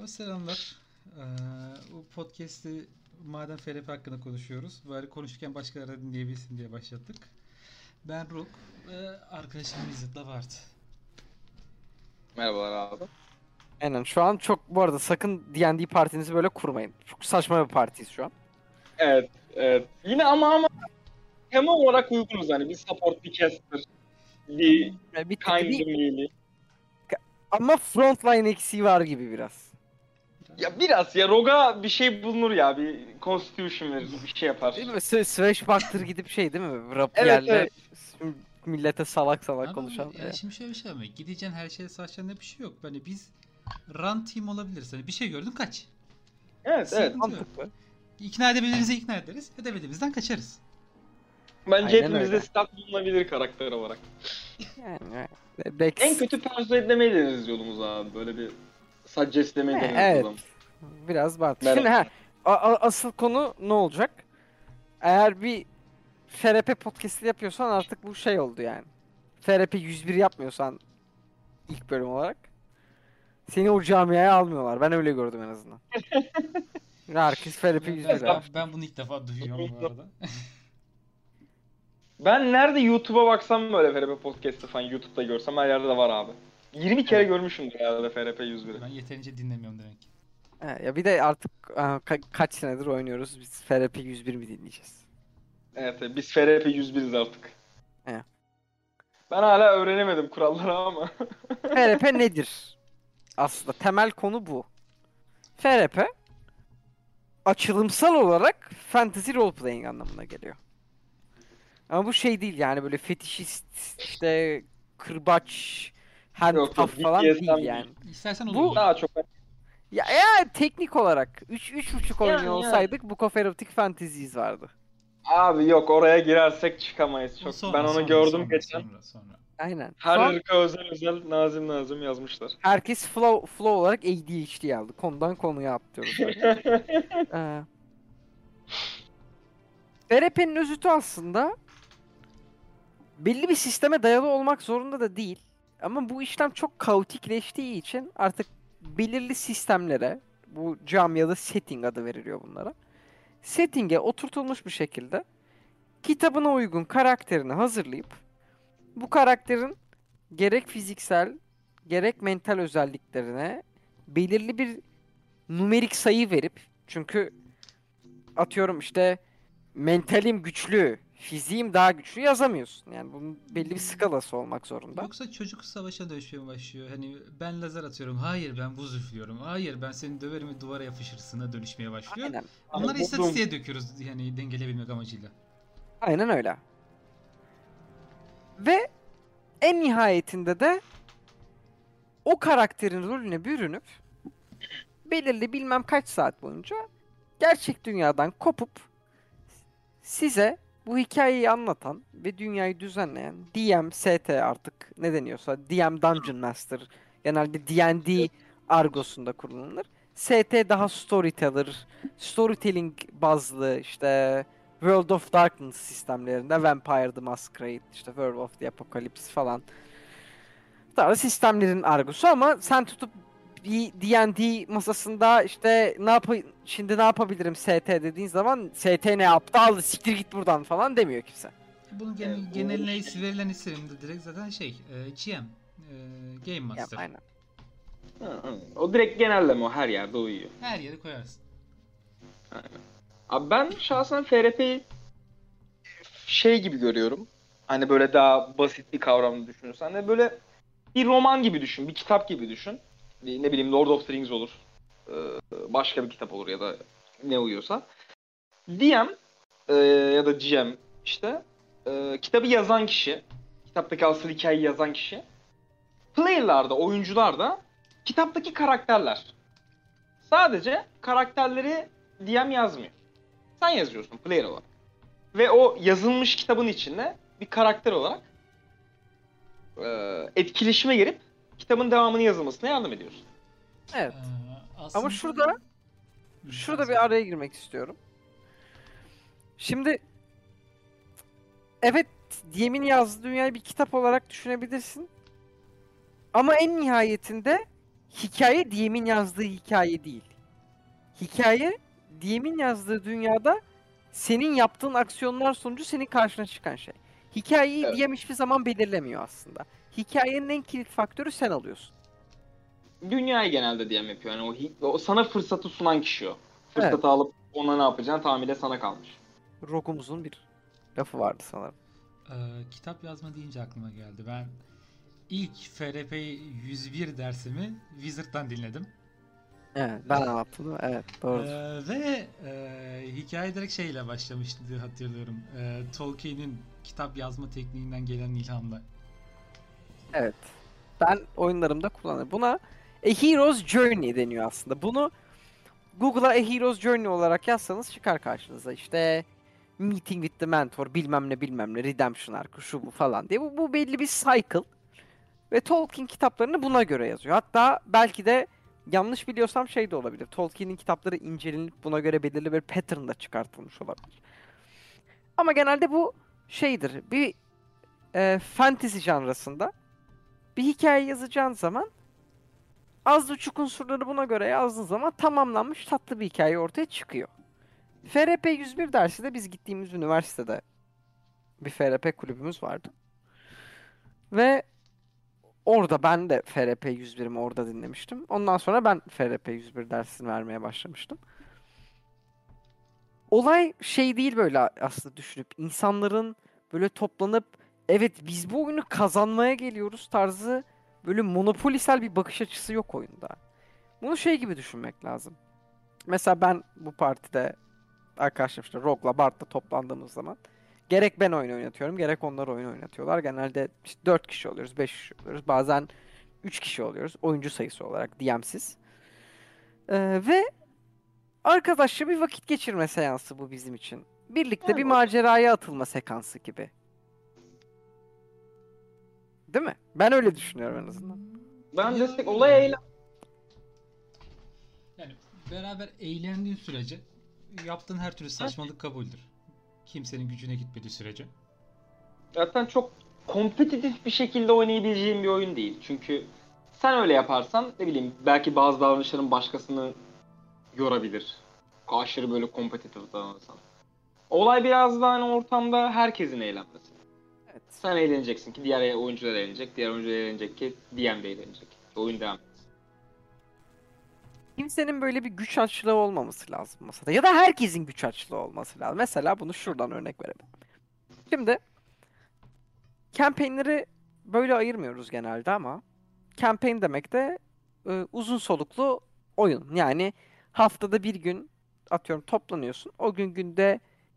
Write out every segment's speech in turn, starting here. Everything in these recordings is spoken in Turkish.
Abi selamlar. Bu podcast'i madem FRP hakkında konuşuyoruz, bari konuşurken başkaları da dinleyebilsin diye başlattık. Ben Rook ve arkadaşım İzzet'le vardı. Merhabalar abi. Aynen şu an çok bu arada sakın D&D partinizi böyle kurmayın. Çok saçma bir partiyiz şu an. Evet, evet. Yine ama tema olarak uygunuz hani. Bir support, bir caster, bir Yani bir tık kind bir, melee. ama frontline eksiği var gibi biraz. Ya biraz ya Rogue'a bir şey bulunur ya. Bir constitution verir, bir şey yapar. Değil mi? Swashbuckler gidip şey değil mi? Evet, Rapier'le evet. millete salak salak Abi konuşan. yani şimdi şöyle bir şey var. Gideceksin her şeye satacaksın bir şey yok. Hani biz run team olabiliriz. Hani bir şey gördün kaç. Evet, evet. Sıkıntı yok. Mantıklı. İkna edebiliriz ikna ederiz. Edemediğimizden kaçarız. Bence Aynen hepimizde öyle. stat bulunabilir karakter olarak. Yani En Dex, kötü persuade'lemeyi deneriz yolumuza abi. Böyle bir suggestlemeyi deneriz evet. adam. Biraz bart. Merak Şimdi asıl konu ne olacak? Eğer bir FRP podcast'i yapıyorsan artık bu şey oldu yani. FRP 101 yapmıyorsan ilk bölüm olarak seni o camiaya almıyorlar. Ben öyle gördüm en azından. Herkes FRP Ben, 101 ben, ha. ben, ben bunu ilk defa duyuyorum bu arada. Ben nerede YouTube'a baksam böyle FRP podcast'ı falan YouTube'da görsem her yerde de var abi. 20 kere Evet. görmüşümdür herhalde FRP 101'i. Ben yeterince dinlemiyorum demek ki. Ya bir de artık kaç senedir oynuyoruz. Biz FRP 101 mi dinleyeceğiz? Evet, evet, biz FRP 101'iz artık. Evet. Ben hala öğrenemedim kuralları ama. FRP nedir? Aslında temel konu bu. FRP açılımsal olarak fantasy role playing anlamına geliyor. Ama bu şey değil yani böyle fetişist işte kırbaç Yok yok, handcuff falan değil BDSM yani. değil. İstersen o da Bu olur. Daha çok ya teknik olarak 3.5 oynuyor yani. olsaydık bu Book Erotic Fantasies vardı. Abi yok, oraya girersek çıkamayız O çok. sonra Ben onu sonra gördüm sonra geçen. sonra sonra. Aynen. Her Şu an ırka özel özel nazim nazim yazmışlar. herkes flow olarak ADHD aldı. Konudan konuya atlıyoruz böyle. Ee, FRP'nin özütü aslında belli bir sisteme dayalı olmak zorunda da değil. Ama bu işlem çok kaotikleştiği için artık belirli sistemlere, bu camiada setting adı veriliyor bunlara. Setting'e oturtulmuş bir şekilde kitabına uygun karakterini hazırlayıp bu karakterin gerek fiziksel gerek mental özelliklerine belirli bir numerik sayı verip, çünkü atıyorum işte mentalim güçlü, fiziğim daha güçlü yazamıyorsun. Yani bunun belli bir skalası olmak zorunda. Yoksa çocuk savaşa dönüşmeye başlıyor. Hani ben lazer atıyorum. Hayır ben buz üflüyorum. Hayır ben seni döverim ve duvara yapışırsına dönüşmeye başlıyor. Aynen. Onları Buldum. istatistiğe döküyoruz yani dengeleyebilmek amacıyla. Aynen öyle. Ve en nihayetinde de o karakterin rolüne bürünüp belirli bilmem kaç saat boyunca gerçek dünyadan kopup size bu hikayeyi anlatan ve dünyayı düzenleyen DM, ST artık ne deniyorsa DM Dungeon Master, genelde D&D argosunda kullanılır. ST daha storyteller, storytelling bazlı işte World of Darkness sistemlerinde Vampire the Masquerade, işte World of the Apocalypse falan tarzı sistemlerin argosu, ama sen tutup bir D&D masasında işte şimdi ne yapabilirim ST dediğin zaman ST ne yaptı, al siktir git buradan falan demiyor kimse. Bunun Evet, geneline verilen isim de direkt zaten GM, Game Yani Master. aynen. O direkt genelleme, o her yerde uyuyor. Her yere koyarsın. Abi ben şahsen FRP'yi şey gibi görüyorum. Hani böyle daha basit bir kavramda düşünürsen de böyle bir roman gibi düşün, bir kitap gibi düşün. Ne bileyim, Lord of the Rings olur. Başka bir kitap olur ya da ne uyuyorsa. DM ya da GM işte kitabı yazan kişi, kitaptaki asıl hikayeyi yazan kişi. Player'lar da, oyuncular da kitaptaki karakterler. Sadece karakterleri DM yazmıyor. Sen yazıyorsun player olarak. Ve o yazılmış kitabın içinde bir karakter olarak etkileşime girip kitabın devamını yazılmasına yardım ediyorsun. Evet. Aslında... Ama şurada bir araya girmek istiyorum. Şimdi evet, DM'in yazdığı dünyayı bir kitap olarak düşünebilirsin. Ama en nihayetinde hikaye DM'in yazdığı hikaye değil. Hikaye DM'in yazdığı dünyada senin yaptığın aksiyonlar sonucu senin karşına çıkan şey. Hikayeyi Evet. DM hiçbir zaman belirlemiyor aslında. Hikayenin en kilit faktörü sen alıyorsun. Dünyayı genelde DM yapıyor. Yani o sana fırsatı sunan kişi o. Fırsatı Evet. alıp ona ne yapacağını tamamıyla sana kalmış. Rogue'umuzun bir lafı vardı sanırım. Kitap yazma deyince aklıma geldi. Ben ilk FRP 101 dersimi Wizard'dan dinledim. Evet, ben anlattım değil mi? Evet, doğru. Ve hikaye direkt şeyle başlamıştı hatırlıyorum. Tolkien'in kitap yazma tekniğinden gelen ilhamla. Evet. Ben oyunlarımda kullanırım. Buna A Hero's Journey deniyor aslında. Bunu Google'a A Hero's Journey olarak yazsanız çıkar karşınıza. İşte Meeting with the Mentor, bilmem ne bilmem ne, Redemption arcı, şu bu falan diye. Bu belli bir cycle. Ve Tolkien kitaplarını buna göre yazıyor. Hatta belki de yanlış biliyorsam şey de olabilir. Tolkien'in kitapları incelenip buna göre belirli bir pattern da çıkartılmış olabilir. Ama genelde bu şeydir. Bir fantasy janrasında bir hikaye yazacağın zaman az buçuk unsurları buna göre yazdığın zaman tamamlanmış tatlı bir hikaye ortaya çıkıyor. FRP 101 dersi de biz gittiğimiz üniversitede bir FRP kulübümüz vardı. Ve orada ben de FRP 101'imi orada dinlemiştim. Ondan sonra ben FRP 101 dersini vermeye başlamıştım. Olay şey değil böyle aslında düşünüp insanların böyle toplanıp evet biz bu oyunu kazanmaya geliyoruz tarzı böyle monopolisel bir bakış açısı yok oyunda. Bunu şey gibi düşünmek lazım. Mesela ben bu partide arkadaşlar işte Rogue'la Bart'la toplandığımız zaman gerek ben oyun oynatıyorum gerek onlar oyun oynatıyorlar. Genelde işte 4 kişi oluyoruz, 5 kişi oluyoruz. Bazen 3 kişi oluyoruz oyuncu sayısı olarak DM'siz. Ve arkadaşça bir vakit geçirme seansı bu bizim için. Birlikte bir Yani maceraya atılma sekansı gibi. Değil mi? Ben öyle düşünüyorum en azından. ben Ya destek öyle. olay eğlen. Yani beraber eğlendiğin sürece yaptığın her türlü saçmalık kabuldür. Kimsenin gücüne gitmediği sürece. Zaten çok kompetitif bir şekilde oynayabileceğin bir oyun değil. Çünkü sen öyle yaparsan ne bileyim belki bazı davranışların başkasını yorabilir. Aşırı böyle kompetitif davranırsan. Olay biraz daha hani ortamda herkesin eğlenmesi. Evet. Sen eğleneceksin ki diğer oyuncular eğlenecek, diğer oyuncular eğlenecek ki DM de eğlenecek. Oyun devam etsin. Kimsenin böyle bir güç açlığı olmaması lazım masada. Ya da herkesin güç açlığı olması lazım. Mesela bunu şuradan örnek verelim. Şimdi campaign'leri böyle ayırmıyoruz genelde ama campaign demek de uzun soluklu oyun. Yani haftada bir gün atıyorum toplanıyorsun. O gün günde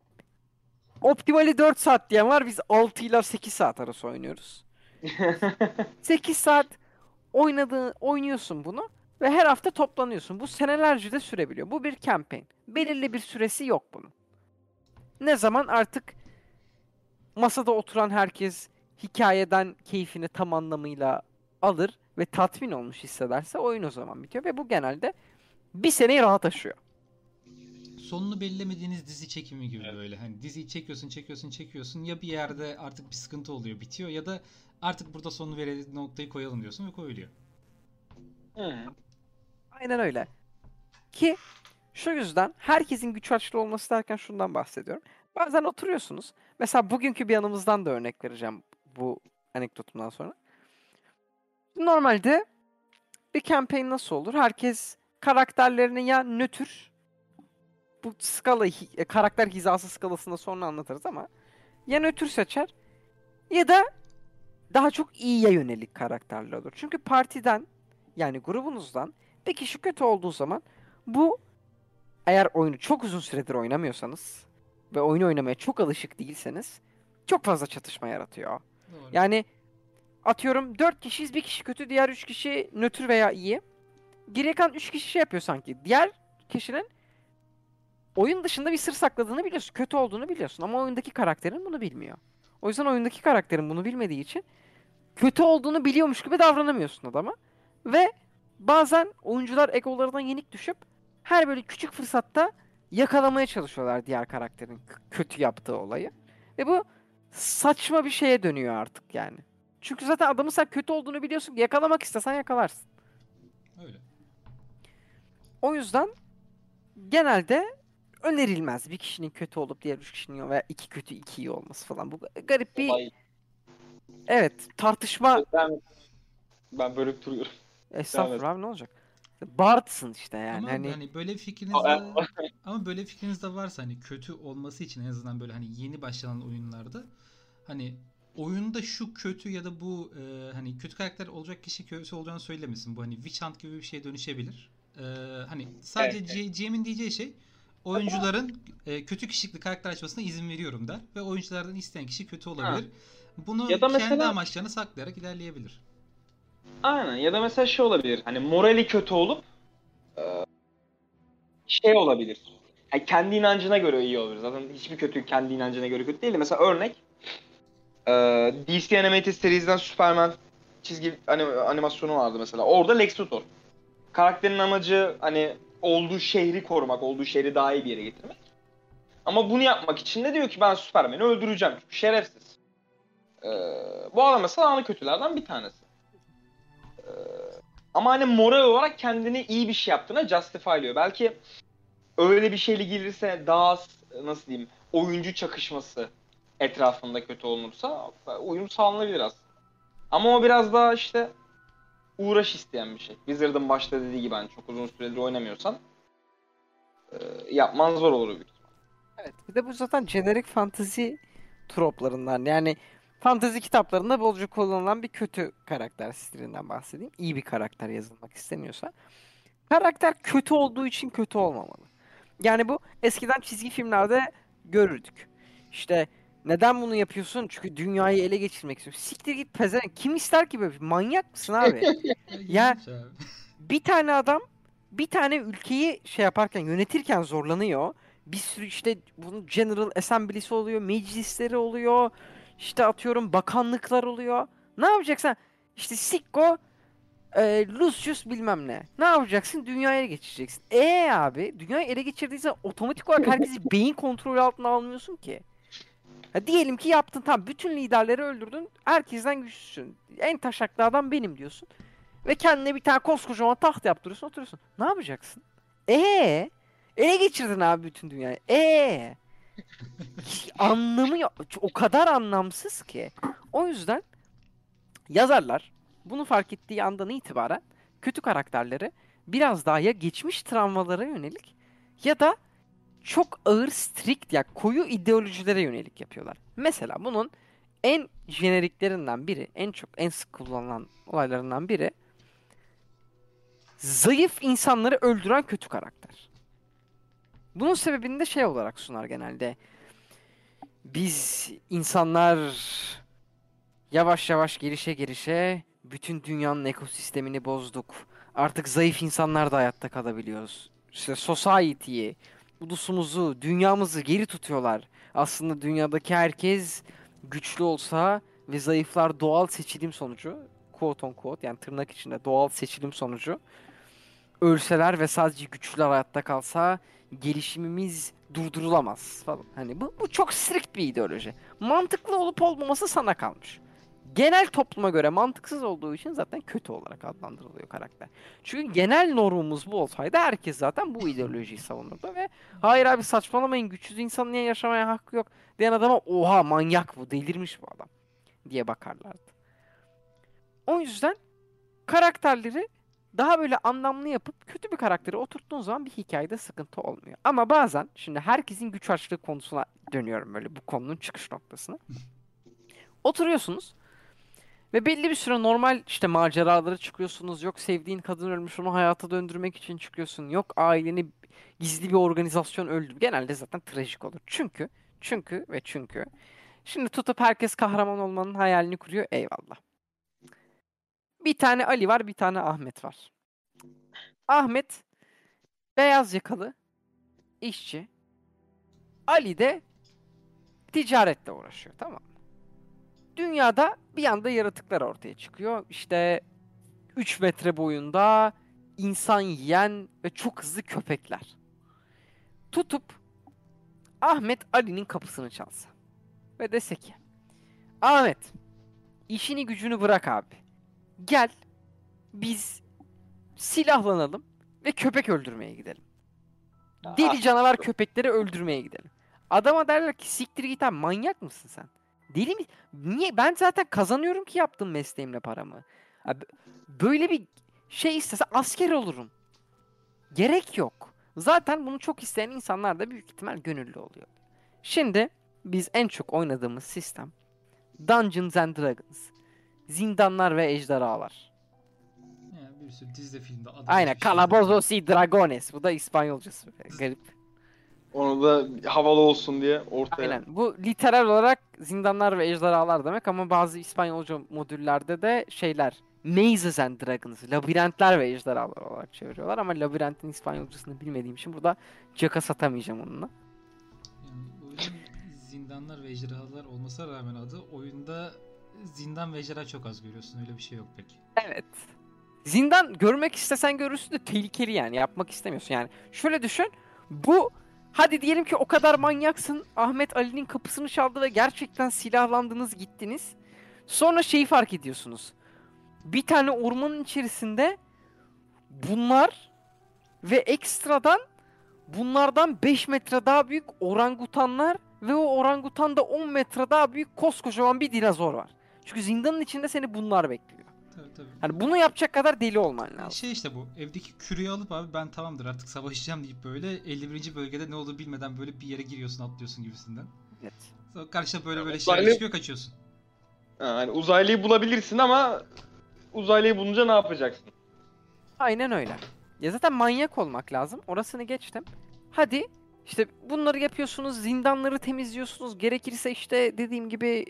optimali 4 saat diyen var. Biz 6 ile 8 saat arası oynuyoruz. 8 saat oynuyorsun bunu ve her hafta toplanıyorsun. Bu senelerce de sürebiliyor. Bu bir campaign. Belirli bir süresi yok bunun. Ne zaman artık masada oturan herkes hikayeden keyfini tam anlamıyla alır ve tatmin olmuş hissederse oyun o zaman bitiyor ve bu genelde bir seneyi rahat aşıyor. Sonunu belirlemediğiniz dizi çekimi gibi böyle. Hani diziyi çekiyorsun. Ya bir yerde artık bir sıkıntı oluyor, bitiyor ya da artık burada sonunu verelim noktayı koyalım diyorsun ve koyuluyor. Hı. Aynen öyle. Ki şu yüzden herkesin güç açlığı olması derken şundan bahsediyorum. Bazen oturuyorsunuz. Mesela bugünkü bir anımızdan da örnek vereceğim bu anekdotumdan sonra. Normalde bir campaign nasıl olur? Herkes karakterlerini ya nötr, bu skala karakter hizası skalasında sonra anlatırız ama ya nötr seçer ya da daha çok iyiye yönelik karakterler olur. Çünkü partiden yani grubunuzdan bir kişi kötü olduğu zaman bu eğer oyunu çok uzun süredir oynamıyorsanız ve oyunu oynamaya çok alışık değilseniz çok fazla çatışma yaratıyor. Doğru. Yani atıyorum 4 kişiyiz, bir kişi kötü, diğer 3 kişi nötr veya iyi. Geriye kalan 3 kişi şey yapıyor sanki. Diğer kişinin oyun dışında bir sır sakladığını biliyorsun. Kötü olduğunu biliyorsun ama oyundaki karakterin bunu bilmiyor. O yüzden oyundaki karakterin bunu bilmediği için kötü olduğunu biliyormuş gibi davranamıyorsun adama. Ve bazen oyuncular egolarından yenik düşüp her böyle küçük fırsatta yakalamaya çalışıyorlar diğer karakterin kötü yaptığı olayı. Ve bu saçma bir şeye dönüyor artık yani. Çünkü zaten adamın sen kötü olduğunu biliyorsun. Yakalamak istesen yakalarsın. Öyle. O yüzden genelde önerilmez bir kişinin kötü olup diğer üç kişinin veya iki kötü iki iyi olması falan. Bu garip bir Olay. evet tartışma. Ben bölüp duruyorum. Estağfurullah abi, ne olacak? Bart'sın işte yani Ama hani hani böyle bir fikriniz de ama böyle bir fikriniz de varsa hani kötü olması için en azından böyle hani yeni başlanan oyunlarda hani oyunda şu kötü ya da bu hani kötü karakter olacak kişi kötü olacağını söylemesin. Bu hani Witch Hunt gibi bir şeye dönüşebilir. Hani sadece Evet. GM'in diyeceği şey oyuncuların kötü kişilikli karakter açmasına izin veriyorum der ve oyunculardan isteyen kişi kötü Ha. olabilir. Bunu Ya da kendi mesela amaçlarını saklayarak ilerleyebilir. aynen, ya da mesela şey olabilir. Hani morali kötü olup şey olabilir. Yani kendi inancına göre iyi olabilir. Zaten hiçbir kötü kendi inancına göre kötü değil de. Mesela örnek DC Animated Series'den Superman çizgi animasyonu vardı mesela. Orada Lex Luthor. Karakterin amacı hani olduğu şehri korumak, olduğu şehri daha iyi bir yere getirmek. Ama bunu yapmak için de diyor ki ben Superman'i öldüreceğim. Çünkü şerefsiz. Ee, Bu adam mesela ana kötülerden bir tanesi. Ee, Ama hani moral olarak kendini iyi bir şey yaptığına justify'lıyor. Belki öyle bir şeyle gelirse daha az, nasıl diyeyim, oyuncu çakışması etrafında kötü olunursa uyum sağlanabilir aslında. Ama o biraz daha işte uğraş isteyen bir şey. Wizard'ın başta dediği gibi hani çok uzun süredir oynamıyorsan yapman zor olur büyük ihtimalle. evet, bir de bu zaten jenerik fantasy troplarından yani fantasy kitaplarında bolca kullanılan bir kötü karakter stilinden bahsedeyim. İyi bir karakter yazılmak isteniyorsa. Karakter kötü olduğu için kötü olmamalı. Yani bu eskiden çizgi filmlerde görürdük. İşte neden bunu yapıyorsun? Çünkü dünyayı ele geçirmek istiyorum. Siktir git pezevenk. Kim ister ki böyle bir şey? Manyak mısın abi? Ya, Ya ilginç abi. bir tane adam bir tane ülkeyi şey yaparken yönetirken zorlanıyor. Bir sürü işte bunun General Assembly'si oluyor, meclisleri oluyor. İşte atıyorum bakanlıklar oluyor. Ne yapacaksın? İşte Sikko Lucius bilmem ne. Ne yapacaksın? Dünyaya ele geçireceksin. Abi dünyayı ele geçirdiysen otomatik olarak herkesi beyin kontrolü altına almıyorsun ki. Ha, diyelim ki yaptın, tamam, bütün liderleri öldürdün. Herkesten güçlüsün. En taşaklı adam benim diyorsun. Ve kendine bir tane koskocaman taht yaptırıyorsun, oturuyorsun. Ne yapacaksın? Ele geçirdin abi bütün dünyayı. Hiç anlamı yok. O kadar anlamsız ki. O yüzden yazarlar bunu fark ettiği andan itibaren kötü karakterleri biraz daha ya geçmiş travmalara yönelik ya da çok ağır strict ya koyu ideolojilere yönelik yapıyorlar. Mesela bunun en jeneriklerinden biri, en sık kullanılan olaylarından biri zayıf insanları öldüren kötü karakter. Bunun sebebini de şey olarak sunar genelde. Biz insanlar yavaş yavaş gelişe bütün dünyanın ekosistemini bozduk. Artık zayıf insanlar da hayatta kalabiliyoruz. İşte society'yi, ulusumuzu, dünyamızı geri tutuyorlar. Aslında dünyadaki herkes güçlü olsa ve zayıflar doğal seçilim sonucu, quote on quote, yani tırnak içinde doğal seçilim sonucu ölseler ve sadece güçlüler hayatta kalsa gelişimimiz durdurulamaz falan. Hani bu çok strict bir ideoloji. Mantıklı olup olmaması sana kalmış. Genel topluma göre mantıksız olduğu için zaten kötü olarak adlandırılıyor karakter. Çünkü genel normumuz bu olsaydı herkes zaten bu ideolojiyi savunurdu ve hayır abi saçmalamayın, güçsüz insan niye yaşamaya hakkı yok diyen adama oha manyak bu, delirmiş bu adam diye bakarlardı. O yüzden karakterleri daha böyle anlamlı yapıp kötü bir karakteri oturttuğun zaman bir hikayede sıkıntı olmuyor. Ama bazen şimdi herkesin güç açlığı konusuna dönüyorum, böyle bu konunun çıkış noktasına. Oturuyorsunuz ve belli bir süre normal işte maceralara çıkıyorsunuz. Yok sevdiğin kadın ölmüş, onu hayata döndürmek için çıkıyorsun. Yok aileni gizli bir organizasyon öldü. Genelde zaten trajik olur. Çünkü şimdi tutup herkes kahraman olmanın hayalini kuruyor. Eyvallah. Bir tane Ali var, bir tane Ahmet var. Ahmet beyaz yakalı işçi. Ali de ticaretle uğraşıyor, tamam mı? Dünyada bir anda yaratıklar ortaya çıkıyor. İşte 3 metre boyunda insan yiyen ve çok hızlı köpekler. Tutup Ahmet Ali'nin kapısını çalsa ve dese ki Ahmet, işini gücünü bırak abi. Gel biz silahlanalım ve köpek öldürmeye gidelim. Deli canavar köpekleri öldürmeye gidelim. Adama derler ki siktir git abi, manyak mısın sen? Deli mi? Niye? Ben zaten kazanıyorum ki yaptığım mesleğimle paramı. Abi, böyle bir şey istese asker olurum. Gerek yok. Zaten bunu çok isteyen insanlar da büyük ihtimal gönüllü oluyor. Şimdi biz en çok oynadığımız sistem Dungeons and Dragons. Zindanlar ve ejderhalar. Yani bir sürü dizide filmde adı Aynen. geçmiş şeyler. Calabozos y Dragones. Bu da İspanyolcası. Garip. Onu da havalı olsun diye ortaya. Aynen. Bu literal olarak zindanlar ve ejderhalar demek ama bazı İspanyolca modüllerde de şeyler Mazes and Dragons, labirentler ve ejderhalar olarak çeviriyorlar ama labirentin İspanyolcasını bilmediğim için burada caka satamayacağım onunla. Yani oyunun zindanlar ve ejderhalar olmasına rağmen adı, oyunda zindan ve ejderha çok az görüyorsun. Öyle bir şey yok pek. Evet. Zindan görmek istesen görürsün de tehlikeli yani. Yapmak istemiyorsun yani. Şöyle düşün. Bu hadi diyelim ki o kadar manyaksın. Ahmet Ali'nin kapısını çaldı ve gerçekten silahlandınız gittiniz. Sonra şeyi fark ediyorsunuz. Bir tane ormanın içerisinde bunlar ve ekstradan bunlardan 5 metre daha büyük orangutanlar ve o orangutan da 10 metre daha büyük koskocaman bir dinozor var. Çünkü zindanın içinde seni bunlar bekliyor. Tabii. Hani bunu yapacak kadar deli olman lazım. Şey işte bu. Evdeki küreği alıp abi ben tamamdır artık savaşacağım deyip böyle 51. bölgede ne olduğu bilmeden böyle bir yere giriyorsun, atlıyorsun gibisinden. Evet. Sonra karşına böyle Uzaylı- şeyler çıkıyor, kaçıyorsun. Yani uzaylıyı bulabilirsin ama uzaylıyı bulunca ne yapacaksın? Aynen öyle. Ya zaten manyak olmak lazım. Orasını geçtim. Hadi işte bunları yapıyorsunuz, zindanları temizliyorsunuz. Gerekirse işte dediğim gibi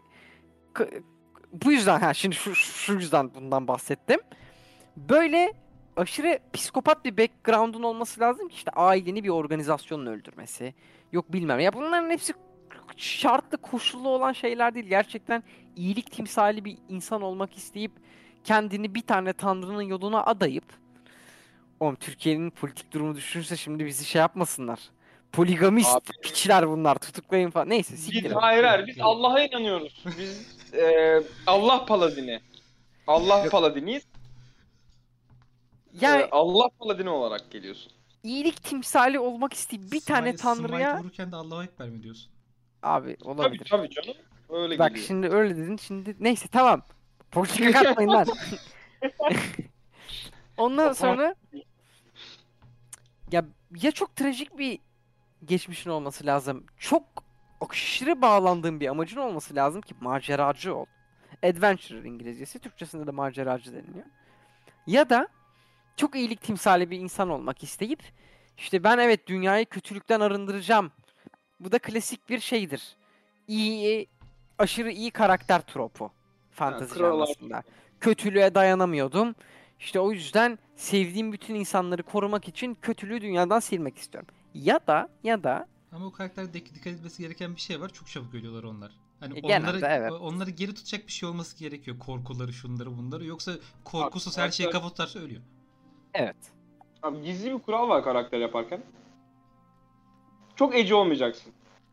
bu yüzden şimdi şu yüzden bundan bahsettim. Böyle aşırı psikopat bir background'un olması lazım ki işte aileni bir organizasyonun öldürmesi. Yok bilmem. Ya bunların hepsi şartlı, koşullu olan şeyler değil. Gerçekten iyilik timsali bir insan olmak isteyip kendini bir tane tanrının yoluna adayıp oğlum Türkiye'nin politik durumu düşünürse şimdi bizi şey yapmasınlar. Poligamist Abi- piçler bunlar, tutuklayın falan. Neyse Biz siktir. hayır biz Allah'a inanıyoruz. Biz Allah paladini. Allah paladiniyiz. Yani Allah paladini olarak geliyorsun. iyilik timsali olmak isteyip bir tane tanrıya Smite vururken de Allahu Ekber mi diyorsun? abi Tabii olabilir. tabii canım. Öyle Bak geliyor. şimdi öyle dedin şimdi neyse tamam. Politika katmayın lan. Ondan sonra ya çok trajik bir geçmişin olması lazım. Çok aşırı bağlandığın bir amacın olması lazım ki maceracı ol. Adventurer İngilizcesi, Türkçesinde de maceracı deniliyor. Ya da çok iyilik timsali bir insan olmak isteyip işte ben evet dünyayı kötülükten arındıracağım. Bu da klasik bir şeydir. Aşırı iyi karakter tropu. Fantezi Krallar. janrasında. Kötülüğe dayanamıyordum. İşte o yüzden sevdiğim bütün insanları korumak için kötülüğü dünyadan silmek istiyorum. Ya da Ama o karakterde dikkat etmesi gereken bir şey var. Çok çabuk ölüyorlar onlar. Hani genelde evet. onları geri tutacak bir şey olması gerekiyor. Korkuları, şunları, bunları. Yoksa korkusuz her şeyi karakter- kafa tutarsa ölüyor. Evet. Abi gizli bir kural var karakter yaparken. Çok eci olmayacaksın.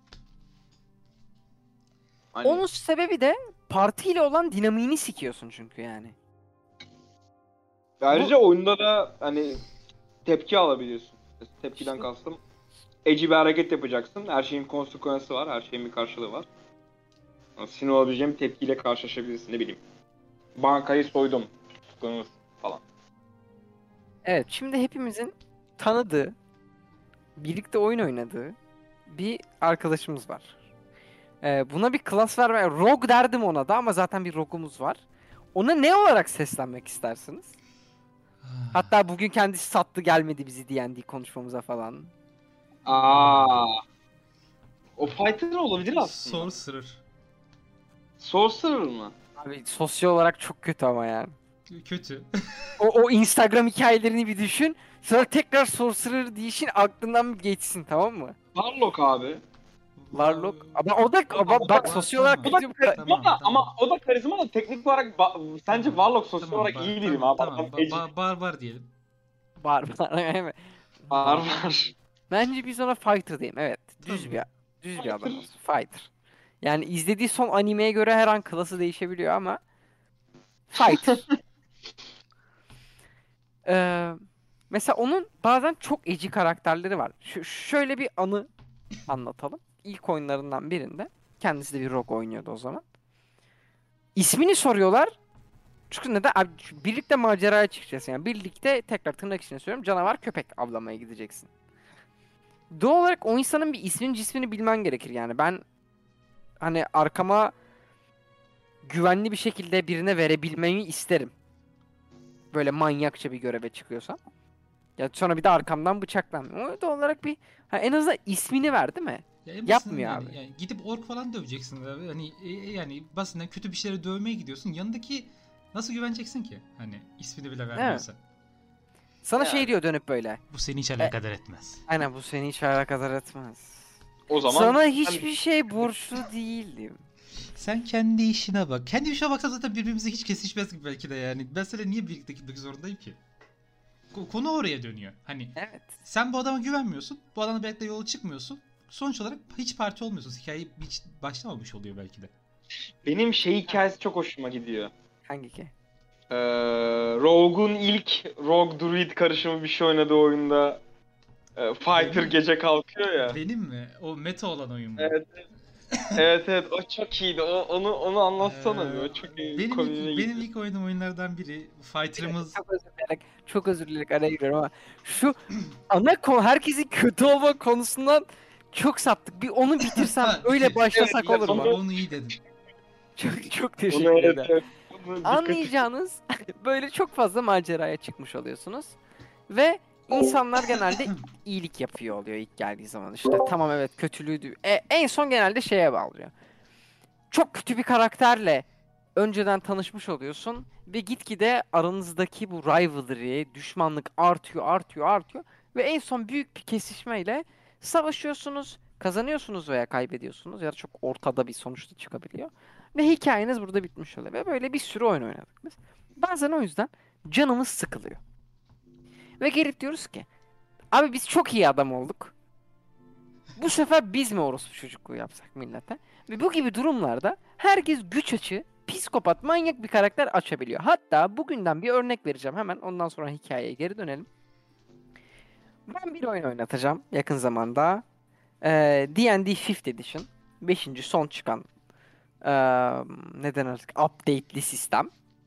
Hani Onun sebebi de partiyle olan dinamiğini sikiyorsun çünkü yani. ayrıca oyunda da hani tepki alabiliyorsun. Tepkiden İşte- kastım. Eci bir hareket yapacaksın. Her şeyin konsekvensi var. Her şeyin bir karşılığı var. Yani sinir olabileceğim tepkiyle karşılaşabilirsin. Ne bileyim. Bankayı soydum. Tutuklanır falan. Evet, şimdi hepimizin tanıdığı, birlikte oyun oynadığı bir arkadaşımız var. Buna bir klas verme, rogue derdim ona da ama zaten bir rogue'umuz var. Ona ne olarak seslenmek istersiniz? Hatta bugün kendisi sattı gelmedi bizi D&D konuşmamıza falan. O fighter olabilir aslında. Sorcerer. Sorcerer mı? Abi sosyal olarak çok kötü ama yani. Kötü. O Instagram hikayelerini bir düşün. Sonra tekrar sorcerer deyişin aklından bir geçsin, tamam mı? Warlock abi. Warlock. Ama o da bak sosyal olarak Tamam. kötü. Karizma da, ama o da karizma da teknik olarak sence Warlock sosyal olarak iyi değil mi abi? Tamam. Adam eci. Barbar diyelim. Var. Evet. Var. Bence biz ona fighter diyelim. Evet. Düz bir adamız. Fighter. Yani izlediği son animeye göre her an klası değişebiliyor ama fighter. Ee, Mesela onun bazen çok eci karakterleri var. Şöyle bir anı anlatalım. İlk oyunlarından birinde. Kendisi de bir rogue oynuyordu o zaman. İsmini soruyorlar. Çünkü neden? Abi, birlikte maceraya çıkacağız yani. Birlikte tekrar tırnak içine söylüyorum. Canavar köpek avlamaya gideceksin. Doğal olarak o insanın bir ismini cismini bilmen gerekir yani. Ben hani arkama güvenli bir şekilde birine verebilmeyi isterim. Böyle manyakça bir göreve çıkıyorsam. Ya sonra bir de arkamdan bıçaklanmıyor. O doğal olarak bir en azından ismini ver değil mi? Ya en basitinden Yapmıyor yani, abi. yani gidip ork falan döveceksin abi. Hani yani basitinden kötü bir şeyleri dövmeye gidiyorsun. Yanındaki nasıl güveneceksin ki? Hani ismini bile Değil mi? vermiyorsa. Sana Yani. diyor dönüp böyle. Bu seni hiç alakadar etmez. Aynen bu seni hiç alakadar etmez. O zaman Sana hiçbir şey borçlu değilim. Sen kendi işine bak. Kendi işine baksan zaten birbirimize hiç kesişmez gibi belki de yani. Ben sana niye birlikte gitmek zorundayım ki? Konu oraya dönüyor. Hani Evet. sen bu adama güvenmiyorsun. Bu adamla birlikte yola çıkmıyorsun. Sonuç olarak hiç parti olmuyorsun. Hikaye hiç başlamamış oluyor belki de. benim hikayesi çok hoşuma gidiyor. Hangi ki? Rogue'un ilk Rogue Druid karışımı bir şey oynadığı oyunda Fighter Benim- gece kalkıyor ya. Benim mi? O meta olan oyun mu? Evet. Evet o çok iyiydi. Onu anlatsana bir. O çok iyi. Benim ilk oynadığım oyunlardan biri Fighter'ımız. Çok özür dilerim araya giriyorum ama şu ana konu herkesin kötü olma konusundan çok saptık. Bir onu bitirsem Ha, öyle başlasak evet, olur mu? Onu iyi dedin. Çok Onu teşekkür evet, ederim. evet. Onu dikkat et. Anlayacağınız böyle çok fazla maceraya çıkmış oluyorsunuz. Ve insanlar genelde iyilik yapıyor oluyor ilk geldiği zaman. İşte tamam evet kötülüğü en son genelde şeye bağlıyor. Çok kötü bir karakterle önceden tanışmış oluyorsun ve gitgide aranızdaki bu rivalry, düşmanlık artıyor ve en son büyük bir kesişmeyle savaşıyorsunuz, kazanıyorsunuz veya kaybediyorsunuz ya da çok ortada bir sonuçta çıkabiliyor. Ve hikayeniz burada bitmiş oluyor ve böyle bir sürü oyun oynadık biz. Bazen o yüzden canımız sıkılıyor. Ve gelip diyoruz ki abi biz çok iyi adam olduk. Bu sefer biz mi orospu çocukluğu yapsak millete? Ve bu gibi durumlarda herkes güç açığı, psikopat, manyak bir karakter açabiliyor. Hatta bugünden bir örnek vereceğim hemen. Ondan sonra hikayeye geri dönelim. Ben bir oyun oynatacağım yakın zamanda. D&D 5th Edition. 5. son çıkan neden artık update'li sistem.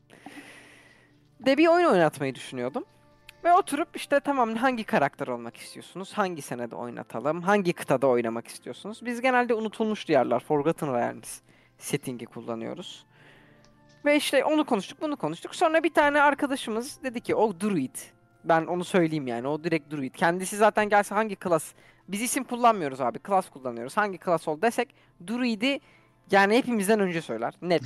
De bir oyun oynatmayı düşünüyordum. Ve oturup işte tamam hangi karakter olmak istiyorsunuz? Hangi senede oynatalım? Hangi kıtada oynamak istiyorsunuz? Biz genelde unutulmuş diyarlar, Forgotten Realms settingi kullanıyoruz. Ve işte onu konuştuk, bunu konuştuk. Sonra bir tane arkadaşımız dedi ki o druid. Ben onu söyleyeyim yani o direkt druid. Kendisi zaten gelse hangi klas? Biz isim kullanmıyoruz abi, klas kullanıyoruz. Hangi klas ol desek druidi yani hepimizden önce söyler. Net.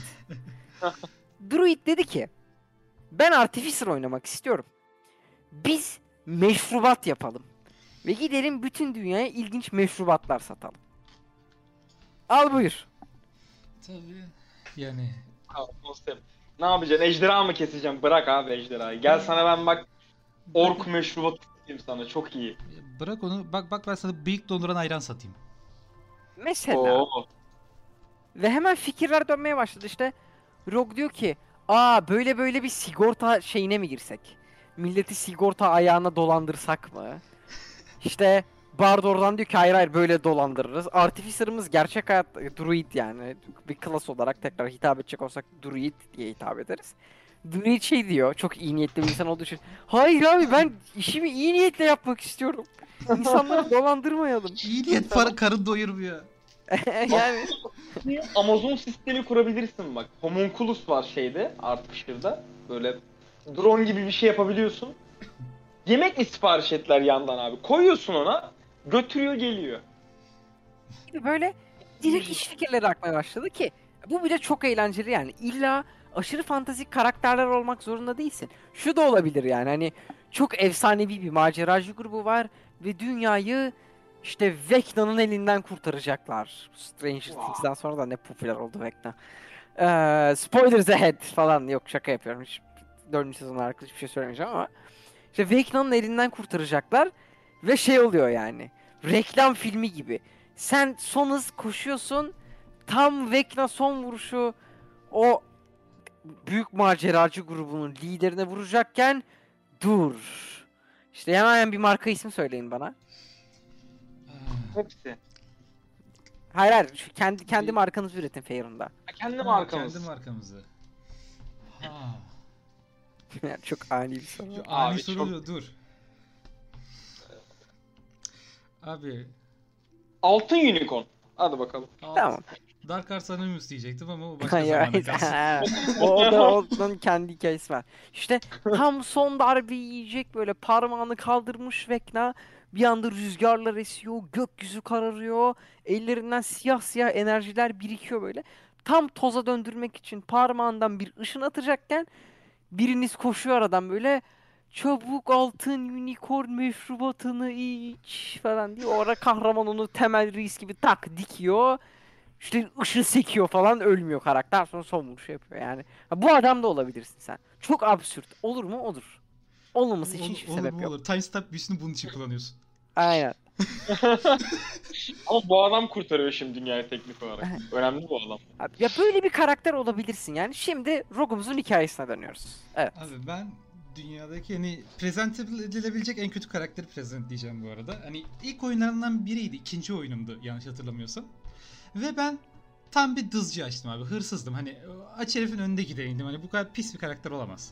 Druid dedi ki ben Artificer oynamak istiyorum. Biz meşrubat yapalım. Ve gidelim bütün dünyaya ilginç meşrubatlar satalım. Al buyur. Tabii. Yani Konsept. Ne yapacaksın? Ejderha mı keseceğim? Bırak abi ejderhayı. Gel sana ben bak ork meşrubat satayım sana. Çok iyi. bırak onu. Bak ben sana büyük donduran ayran satayım. Mesela. Oo. Ve hemen fikirler dönmeye başladı işte. Rogue diyor ki böyle bir sigorta şeyine mi girsek? Milleti sigorta ayağına dolandırsak mı? İşte Bard oradan diyor ki hayır böyle dolandırırız. Artificer'ımız gerçek hayat druid yani. Bir klas olarak tekrar hitap edecek olsak druid diye hitap ederiz. Druid şey diyor çok iyi niyetli bir insan olduğu için. Hayır abi ben işimi iyi niyetle yapmak istiyorum. İnsanları dolandırmayalım. İyi niyet para karın doyurmuyor. Yani Amazon sistemi kurabilirsin bak. Homunculus var şeyde, Artificer'da. Böyle drone gibi bir şey yapabiliyorsun. Yemek mi sipariş ettiler yandan abi? Koyuyorsun ona, götürüyor geliyor. böyle direkt iş fikirleri akmaya başladı ki bu bile çok eğlenceli yani. İlla aşırı fantastik karakterler olmak zorunda değilsin. Şu da olabilir yani hani çok efsanevi bir maceracı grubu var ve dünyayı işte Vecna'nın elinden kurtaracaklar. Stranger Things'den sonra da ne popüler oldu Vecna. Spoilers ahead falan yok şaka yapıyorum. Hiç 4. sezonla alakalı hiçbir şey söylemeyeceğim ama işte Vecna'nın elinden kurtaracaklar ve şey oluyor yani. Reklam filmi gibi. Sen son hız koşuyorsun. Tam Vecna son vuruşu o büyük maceracı grubunun liderine vuracakken dur. İşte hemen bir marka ismi söyleyin bana. Hepsi. Hayır, şu kendi markanızı üretin Fair'ında. Kendi markamız. Kendi markamızı. Ha. Yani çok ani bir soru. Şu Abi ani çok- soru dur. Abi. Altın unicorn. Hadi bakalım. Tamam. Dark Arts Anonymous diyecektim ama o başka Hayır, zamana kalsın. onun kendi hikayesi var. İşte tam son darbe yiyecek, böyle parmağını kaldırmış Vecna. Bir anda rüzgarlar esiyor, gökyüzü kararıyor. Ellerinden siyah siyah enerjiler birikiyor böyle. Tam toza döndürmek için parmağından bir ışın atacakken biriniz koşuyor aradan böyle. Çabuk altın unicorn meşrubatını iç falan diye. O ara kahraman onu Temel Reis gibi tak dikiyor. İşte ışın sekiyor falan, ölmüyor karakter, sonra son vuruşu yapıyor yani. Ha, bu adam da olabilirsin sen. Çok absürt. Olur mu? Olur. Olmaması için hiçbir Olur sebep mu yok. olur. Time Stop büyüsünü bunun için kullanıyorsun. Aynen. Ama bu adam kurtarıyor şimdi dünyayı teknik olarak. Önemli bu adam. Abi, ya böyle bir karakter olabilirsin yani. Şimdi Rogue'umuzun hikayesine dönüyoruz. Evet. Abi ben dünyadaki hani presentable edilebilecek en kötü karakteri present diyeceğim bu arada. Hani ilk oyunlarından biriydi. İkinci oyunumdu yanlış hatırlamıyorsam. Ve ben tam bir dızcı açtım abi. Hırsızdım. Hani aç herifin önünde gideydim. Hani bu kadar pis bir karakter olamaz.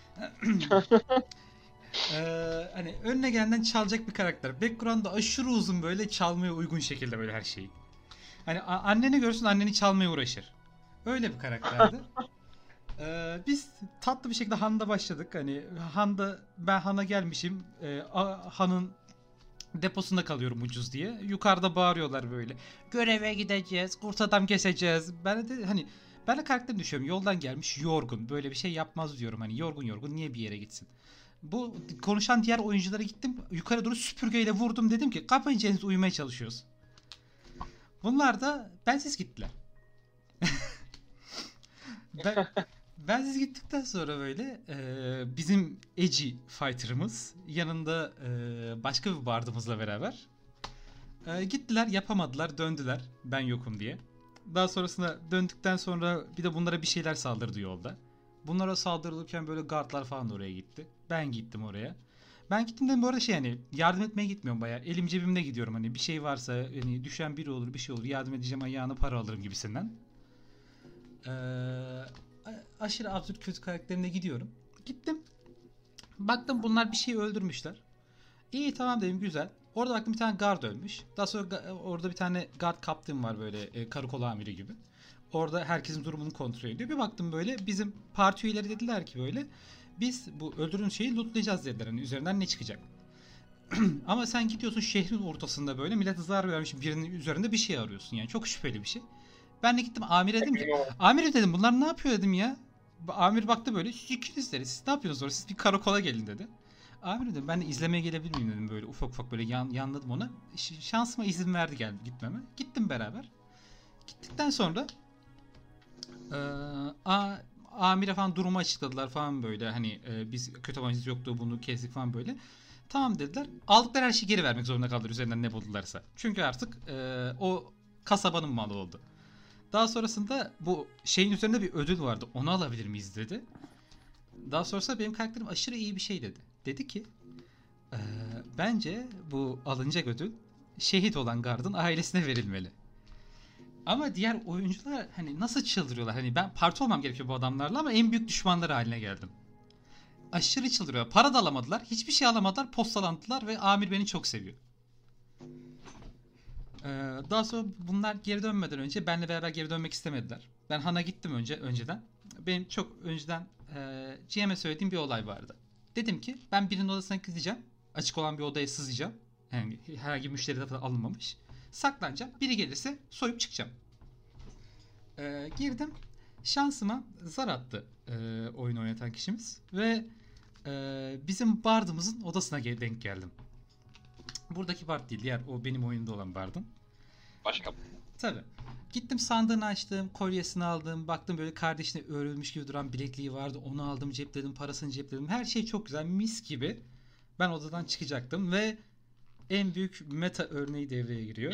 Hani önüne gelenden çalacak bir karakter. Background'da aşırı uzun, böyle çalmaya uygun şekilde böyle her şeyi. Hani anneni görsün, anneni çalmaya uğraşır. Öyle bir karakterdi. Biz tatlı bir şekilde Han'da başladık. Hani ben Han'a gelmişim. Han'ın deposunda kalıyorum ucuz diye. Yukarıda bağırıyorlar böyle. Göreve gideceğiz, kurt adam keseceğiz. Ben de karakterini düşünüyorum. Yoldan gelmiş, yorgun. Böyle bir şey yapmaz diyorum. Hani yorgun niye bir yere gitsin? Bu konuşan diğer oyunculara gittim. Yukarı doğru süpürgeyle vurdum, dedim ki kapayın çenenizi, uyumaya çalışıyoruz. Bunlar da bensiz gittiler. Bensiz gittikten sonra böyle bizim Edgy Fighter'ımız yanında başka bir bardımızla beraber gittiler, yapamadılar, döndüler ben yokum diye. Daha sonrasında döndükten sonra bir de bunlara bir şeyler saldırdı yolda. Bunlara saldırılırken böyle guardlar falan da oraya gitti. Ben gittim oraya. Ben gittim de bu arada hani yardım etmeye gitmiyorum bayağı. Elim cebimde gidiyorum, hani bir şey varsa, hani düşen biri olur, bir şey olur, yardım edeceğim, ayağına para alırım gibisinden. Aşırı absürt kötü karakterine gidiyorum. Gittim. Baktım bunlar bir şey öldürmüşler. İyi, tamam dedim, güzel. Orada baktım bir tane guard ölmüş. Daha sonra orada bir tane guard kaptan var böyle karakol amiri gibi. Orada herkesin durumunu kontrol ediyor. Bir baktım böyle bizim parti üyeleri dediler ki böyle biz bu öldürdüğün şeyi lootlayacağız dediler. Hani üzerinden ne çıkacak? Ama sen gidiyorsun şehrin ortasında böyle millete zarar vermiş birinin üzerinde bir şey arıyorsun. Yani çok şüpheli bir şey. Ben de gittim amire dedim ki amir dedim bunlar ne yapıyor dedim ya. Amir baktı böyle, ikiniz dedi, siz ne yapıyorsunuz orada, siz bir karakola gelin dedi. Amir dedim ben de izlemeye gelebilir miyim dedim, böyle ufak böyle yanladım ona. Şansıma izin verdi gitmeme. Gittim beraber. Gittikten sonra amire falan durumu açıkladılar falan böyle, hani biz kötü amaçlı yoktu, bunu kestik falan böyle. Tamam dediler. Aldıkları her şeyi geri vermek zorunda kaldılar üzerinden ne buldularsa. Çünkü artık o kasabanın malı oldu. Daha sonrasında bu şeyin üzerinde bir ödül vardı. Onu alabilir miyiz dedi. Daha sonrasında benim karakterim aşırı iyi bir şey dedi. Dedi ki bence bu alınacak ödül şehit olan gardın ailesine verilmeli. Ama diğer oyuncular hani nasıl çıldırıyorlar. Hani ben parti olmam gerekiyor bu adamlarla ama en büyük düşmanları haline geldim. Aşırı çıldırıyor. Para da alamadılar. Hiçbir şey alamadılar. Postalandılar ve amir beni çok seviyor. Daha sonra bunlar geri dönmeden önce benle beraber geri dönmek istemediler. Ben Han'a gittim önceden. Benim çok önceden GM'e söylediğim bir olay vardı. Dedim ki ben birinin odasına gideceğim. Açık olan bir odaya sızayacağım. Yani herhangi bir müşteri tarafından alınmamış. Saklanacağım. Biri gelirse soyup çıkacağım. Girdim. Şansıma zar attı oyun oynatan kişimiz. Ve bizim bardımızın odasına denk geldim. Buradaki bard değil, diğer o benim oyunda olan bardın. Başka. Tabii. Gittim sandığını açtım, kolyesini aldım. Baktım böyle kardeşine örülmüş gibi duran bilekliği vardı. Onu aldım, cepledim, parasını cepledim. Her şey çok güzel, mis gibi. Ben odadan çıkacaktım ve en büyük meta örneği devreye giriyor.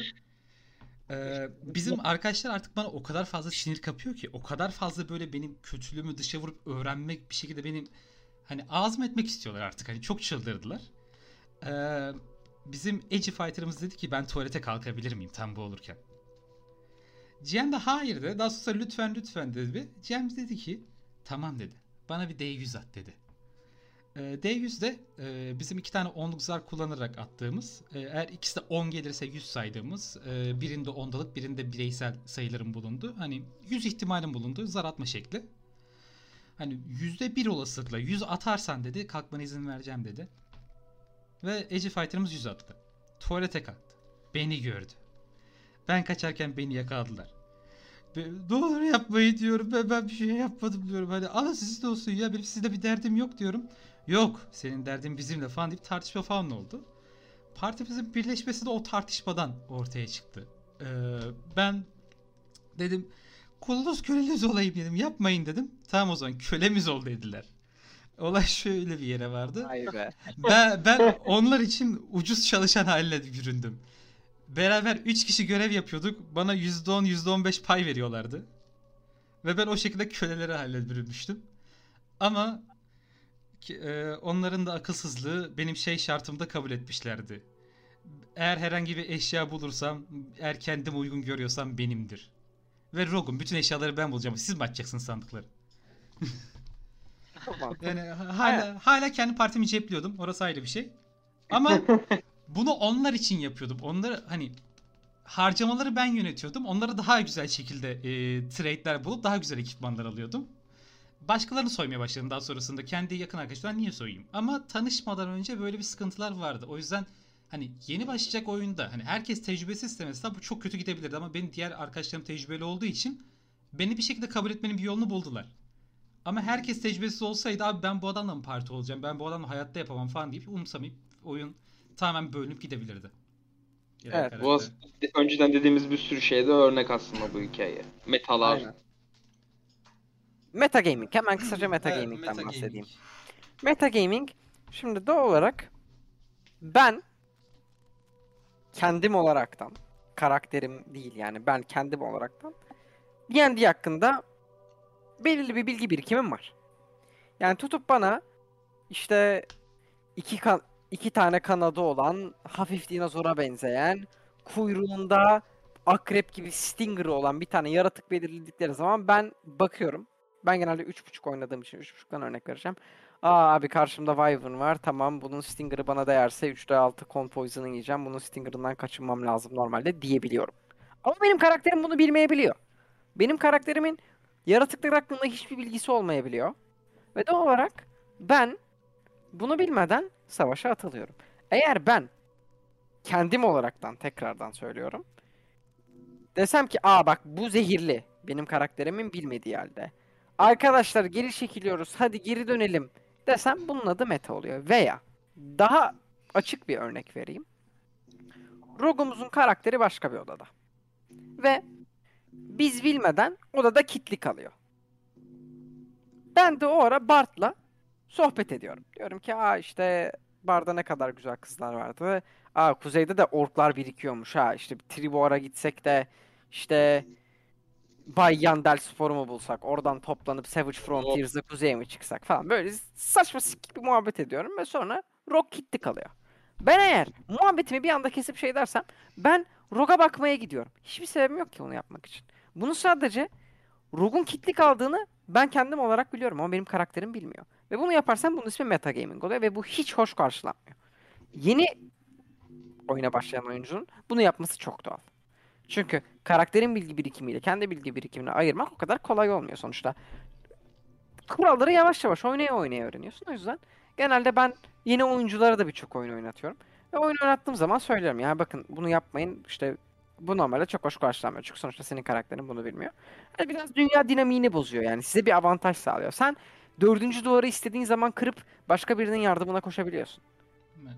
Bizim arkadaşlar artık bana o kadar fazla sinir kapıyor ki, o kadar fazla böyle benim kötülüğümü dışa vurup öğrenmek bir şekilde benim hani ağzıma etmek istiyorlar artık. Hani çok çıldırdılar. Bizim Edge Fighter'ımız dedi ki ben tuvalete kalkabilir miyim tam bu olurken. GM de hayır dedi. Daha sonra lütfen dedi. GM dedi ki tamam dedi. Bana bir D100 at dedi. D100 de bizim 2 tane 10'luk zar kullanarak attığımız, eğer ikisi de 10 gelirse 100 saydığımız, birinde ondalık birinde bireysel sayıların bulunduğu, hani 100 ihtimalin bulunduğu zar atma şekli. Hani %1 olasılıkla 100 atarsan dedi kalkmana izin vereceğim dedi. Ve Edge Fighter'ımız 100 attı. Tuvalete kalktı. Beni gördü. Ben kaçarken beni yakaladılar. Ne olur yapmayın diyorum. Ben bir şey yapmadım diyorum. Hani alın sizin de olsun ya. Benim sizle bir derdim yok diyorum. Yok senin derdin bizimle falan deyip tartışma falan oldu. Partimizin birleşmesi de o tartışmadan ortaya çıktı. Ben dedim kulunuz köleniz olayım dedim. Yapmayın dedim. Tamam o zaman kölemiz ol dediler. Olay şöyle bir yere vardı. Vay be. Ben onlar için ucuz çalışan haline büründüm. Beraber 3 kişi görev yapıyorduk. Bana %10, %15 pay veriyorlardı. Ve ben o şekilde köleleri haline bürünmüştüm. Ama onların da akılsızlığı benim şartımda kabul etmişlerdi. Eğer herhangi bir eşya bulursam, eğer kendim uygun görüyorsam benimdir. Ve Rogue'um bütün eşyaları ben bulacağım. Siz mi açacaksınız sandıkları? Tamam. Yani hala kendi partimi cepliyordum. Orası ayrı bir şey. Ama bunu onlar için yapıyordum. Onları hani harcamaları ben yönetiyordum. Onlara daha güzel şekilde trade'ler bulup daha güzel ekipmanlar alıyordum. Başkalarını soymaya başladım daha sonrasında. Kendi yakın arkadaşlarımdan niye soyayım? Ama tanışmadan önce böyle bir sıkıntılar vardı. O yüzden hani yeni başlayacak oyunda hani herkes tecrübesiz istemese bu çok kötü gidebilirdi ama benim diğer arkadaşlarım tecrübeli olduğu için beni bir şekilde kabul etmenin bir yolunu buldular. Ama herkes tecrübesiz olsaydı abi ben bu adamla mı parti olacağım? Ben bu adamla hayatta yapamam falan deyip umursamayıp oyun tamamen bölünüp gidebilirdi. Evet. Bu aslında önceden dediğimiz bir sürü şeyde örnek aslında bu hikaye. Metalar. Aynen. Metagaming. Hemen kısaca Evet, metagaming'den bahsedeyim. metagaming. Metagaming şimdi doğal olarak ben kendim olaraktan karakterim değil yani ben kendim olaraktan D&D hakkında belirli bir bilgi birikimim var. Yani tutup bana işte iki tane kanadı olan hafif dinozora benzeyen kuyruğunda akrep gibi stinger olan bir tane yaratık belirledikleri zaman ben bakıyorum. Ben genelde 3.5 oynadığım için 3.5'tan örnek vereceğim. Aa abi karşımda Wyvern var. Tamam bunun Stinger'ı bana değerse 3'te 6 Con Poison'ı yiyeceğim. Bunun Stinger'ından kaçınmam lazım normalde diyebiliyorum. Ama benim karakterim bunu bilmeyebiliyor. Benim karakterimin yaratıklar hakkında hiçbir bilgisi olmayabiliyor. Ve doğal olarak ben bunu bilmeden savaşa atılıyorum. Eğer ben kendim olaraktan tekrardan söylüyorum. Desem ki aa bak bu zehirli. Benim karakterimin bilmediği halde. Arkadaşlar geri çekiliyoruz. Hadi geri dönelim desem bunun adı meta oluyor. Veya daha açık bir örnek vereyim. Rogue'umuzun karakteri başka bir odada. Ve biz bilmeden odada kilitli kalıyor. Ben de o ara Bart'la sohbet ediyorum. Diyorum ki aa işte barda ne kadar güzel kızlar vardı. Aa kuzeyde de orklar birikiyormuş ha. İşte bir Triboar'a gitsek de işte Bay Yandel sporu mu bulsak? Oradan toplanıp Savage Frontiers'da kuzeye mi çıksak falan. Böyle saçma sikik bir muhabbet ediyorum ve sonra Rogue kilitli kalıyor. Ben eğer muhabbetimi bir anda kesip şey dersem ben Rogue'a bakmaya gidiyorum. Hiçbir sebebim yok ki onu yapmak için. Bunu sadece Rogue'un kilitli kaldığını ben kendim olarak biliyorum ama benim karakterim bilmiyor. Ve bunu yaparsam bunun ismi metagaming oluyor ve bu hiç hoş karşılanmıyor. Yeni oyuna başlayan oyuncunun bunu yapması çok doğal. Çünkü karakterin bilgi birikimiyle kendi bilgi birikimini ayırmak o kadar kolay olmuyor sonuçta. Kuralları yavaş yavaş oynaya öğreniyorsun. O yüzden genelde ben yeni oyunculara da birçok oyun oynatıyorum. Ve oyun oynattığım zaman söylüyorum ya bakın bunu yapmayın işte bu normalde çok hoş karşılanmıyor. Çünkü sonuçta senin karakterin bunu bilmiyor. Yani biraz dünya dinamiğini bozuyor yani. Size bir avantaj sağlıyor. Sen dördüncü duvarı istediğin zaman kırıp başka birinin yardımına koşabiliyorsun. Evet.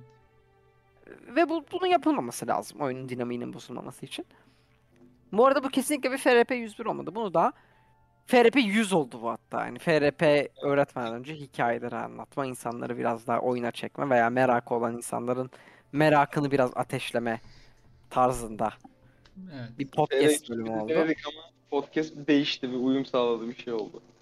Ve bunun yapılmaması lazım oyunun dinamiğinin bozulmaması için. Bu arada bu kesinlikle bir FRP 101 olmadı. Bunu da FRP 100 oldu bu hatta. Yani FRP öğretmeden önce hikayeleri anlatma, insanları biraz daha oyuna çekme veya merakı olan insanların merakını biraz ateşleme tarzında Evet. bir podcast bölümü oldu. Denedik ama podcast değişti, bir uyum sağladı, bir şey oldu.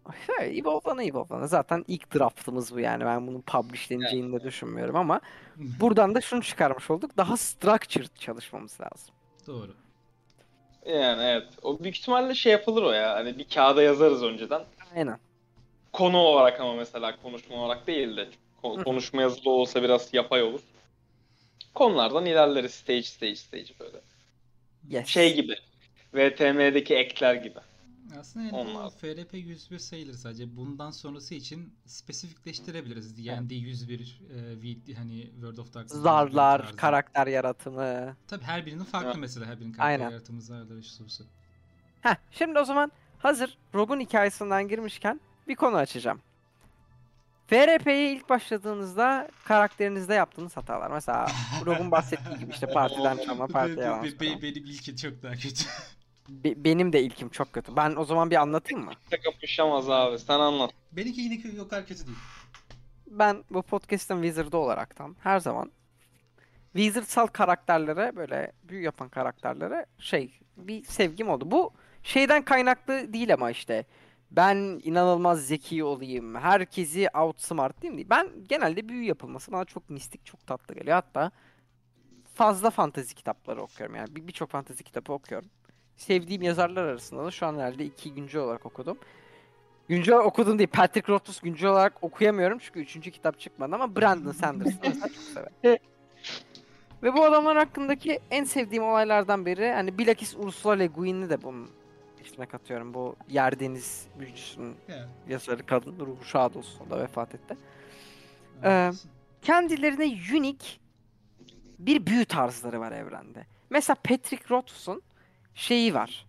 Evolve'lanı. Zaten ilk draftımız bu yani. Ben bunun publishleneceğini de düşünmüyorum ama buradan da şunu çıkarmış olduk. Daha structured çalışmamız lazım. Doğru. Yani evet. O büyük ihtimalle şey yapılır o ya. Hani bir kağıda yazarız önceden. Aynen. Konu olarak ama mesela konuşma olarak değil de Hı. konuşma yazılı olsa biraz yapay olur. Konulardan ilerleriz stage böyle. Yes. Şey gibi. VTM'deki ekler gibi. Aslında yani bu Onlar. FRP 101 sayılır sadece. Bundan sonrası için spesifikleştirebiliriz. D&D 101 hani World of Darkness 101 Zarlar, tarzı. karakter yaratımı. Tabii her birinin farklı Evet. mesela. Her birinin karakter Aynen. yaratımı, zarları, şusu. Şimdi o zaman hazır Rogue'un hikayesinden girmişken bir konu açacağım. FRP'ye ilk başladığınızda karakterinizde yaptığınız hatalar. Mesela Rogue'un bahsettiği gibi işte partiden çalma, partiye yalan söyleme. Benim ilki çok daha kötü. Benim de ilkim çok kötü. Ben o zaman bir anlatayım mı? Kimse kapışamaz abi. Sen anlat. Benimki yine o kadar kötü değil. Ben bu podcast'ın wizard'ı olaraktan her zaman wizardsal karakterlere böyle büyü yapan karakterlere bir sevgim oldu. Bu şeyden kaynaklı değil ama işte ben inanılmaz zeki olayım, herkesi outsmart diyeyim değil. Ben genelde büyü yapılması bana çok mistik, çok tatlı geliyor. Hatta fazla fantezi kitapları okuyorum yani birçok fantezi kitabı okuyorum. Sevdiğim yazarlar arasında da şu an herhalde 2 güncel olarak okudum. Güncel okudum değil. Patrick Rothfuss güncel olarak okuyamıyorum çünkü 3. kitap çıkmadı ama Brandon Sanders'ı mesela çok severim. Ve bu adamlar hakkındaki en sevdiğim olaylardan biri hani bilakis Ursula Le Guin'i de bunun içine katıyorum. Bu Yerdeniz büyücüsünün Ya. yazarı kadın ruhu şad olsun, o da vefat etti. Haklısın. Kendilerine unique bir büyü tarzları var evrende. Mesela Patrick Rothfuss'un şeyi var.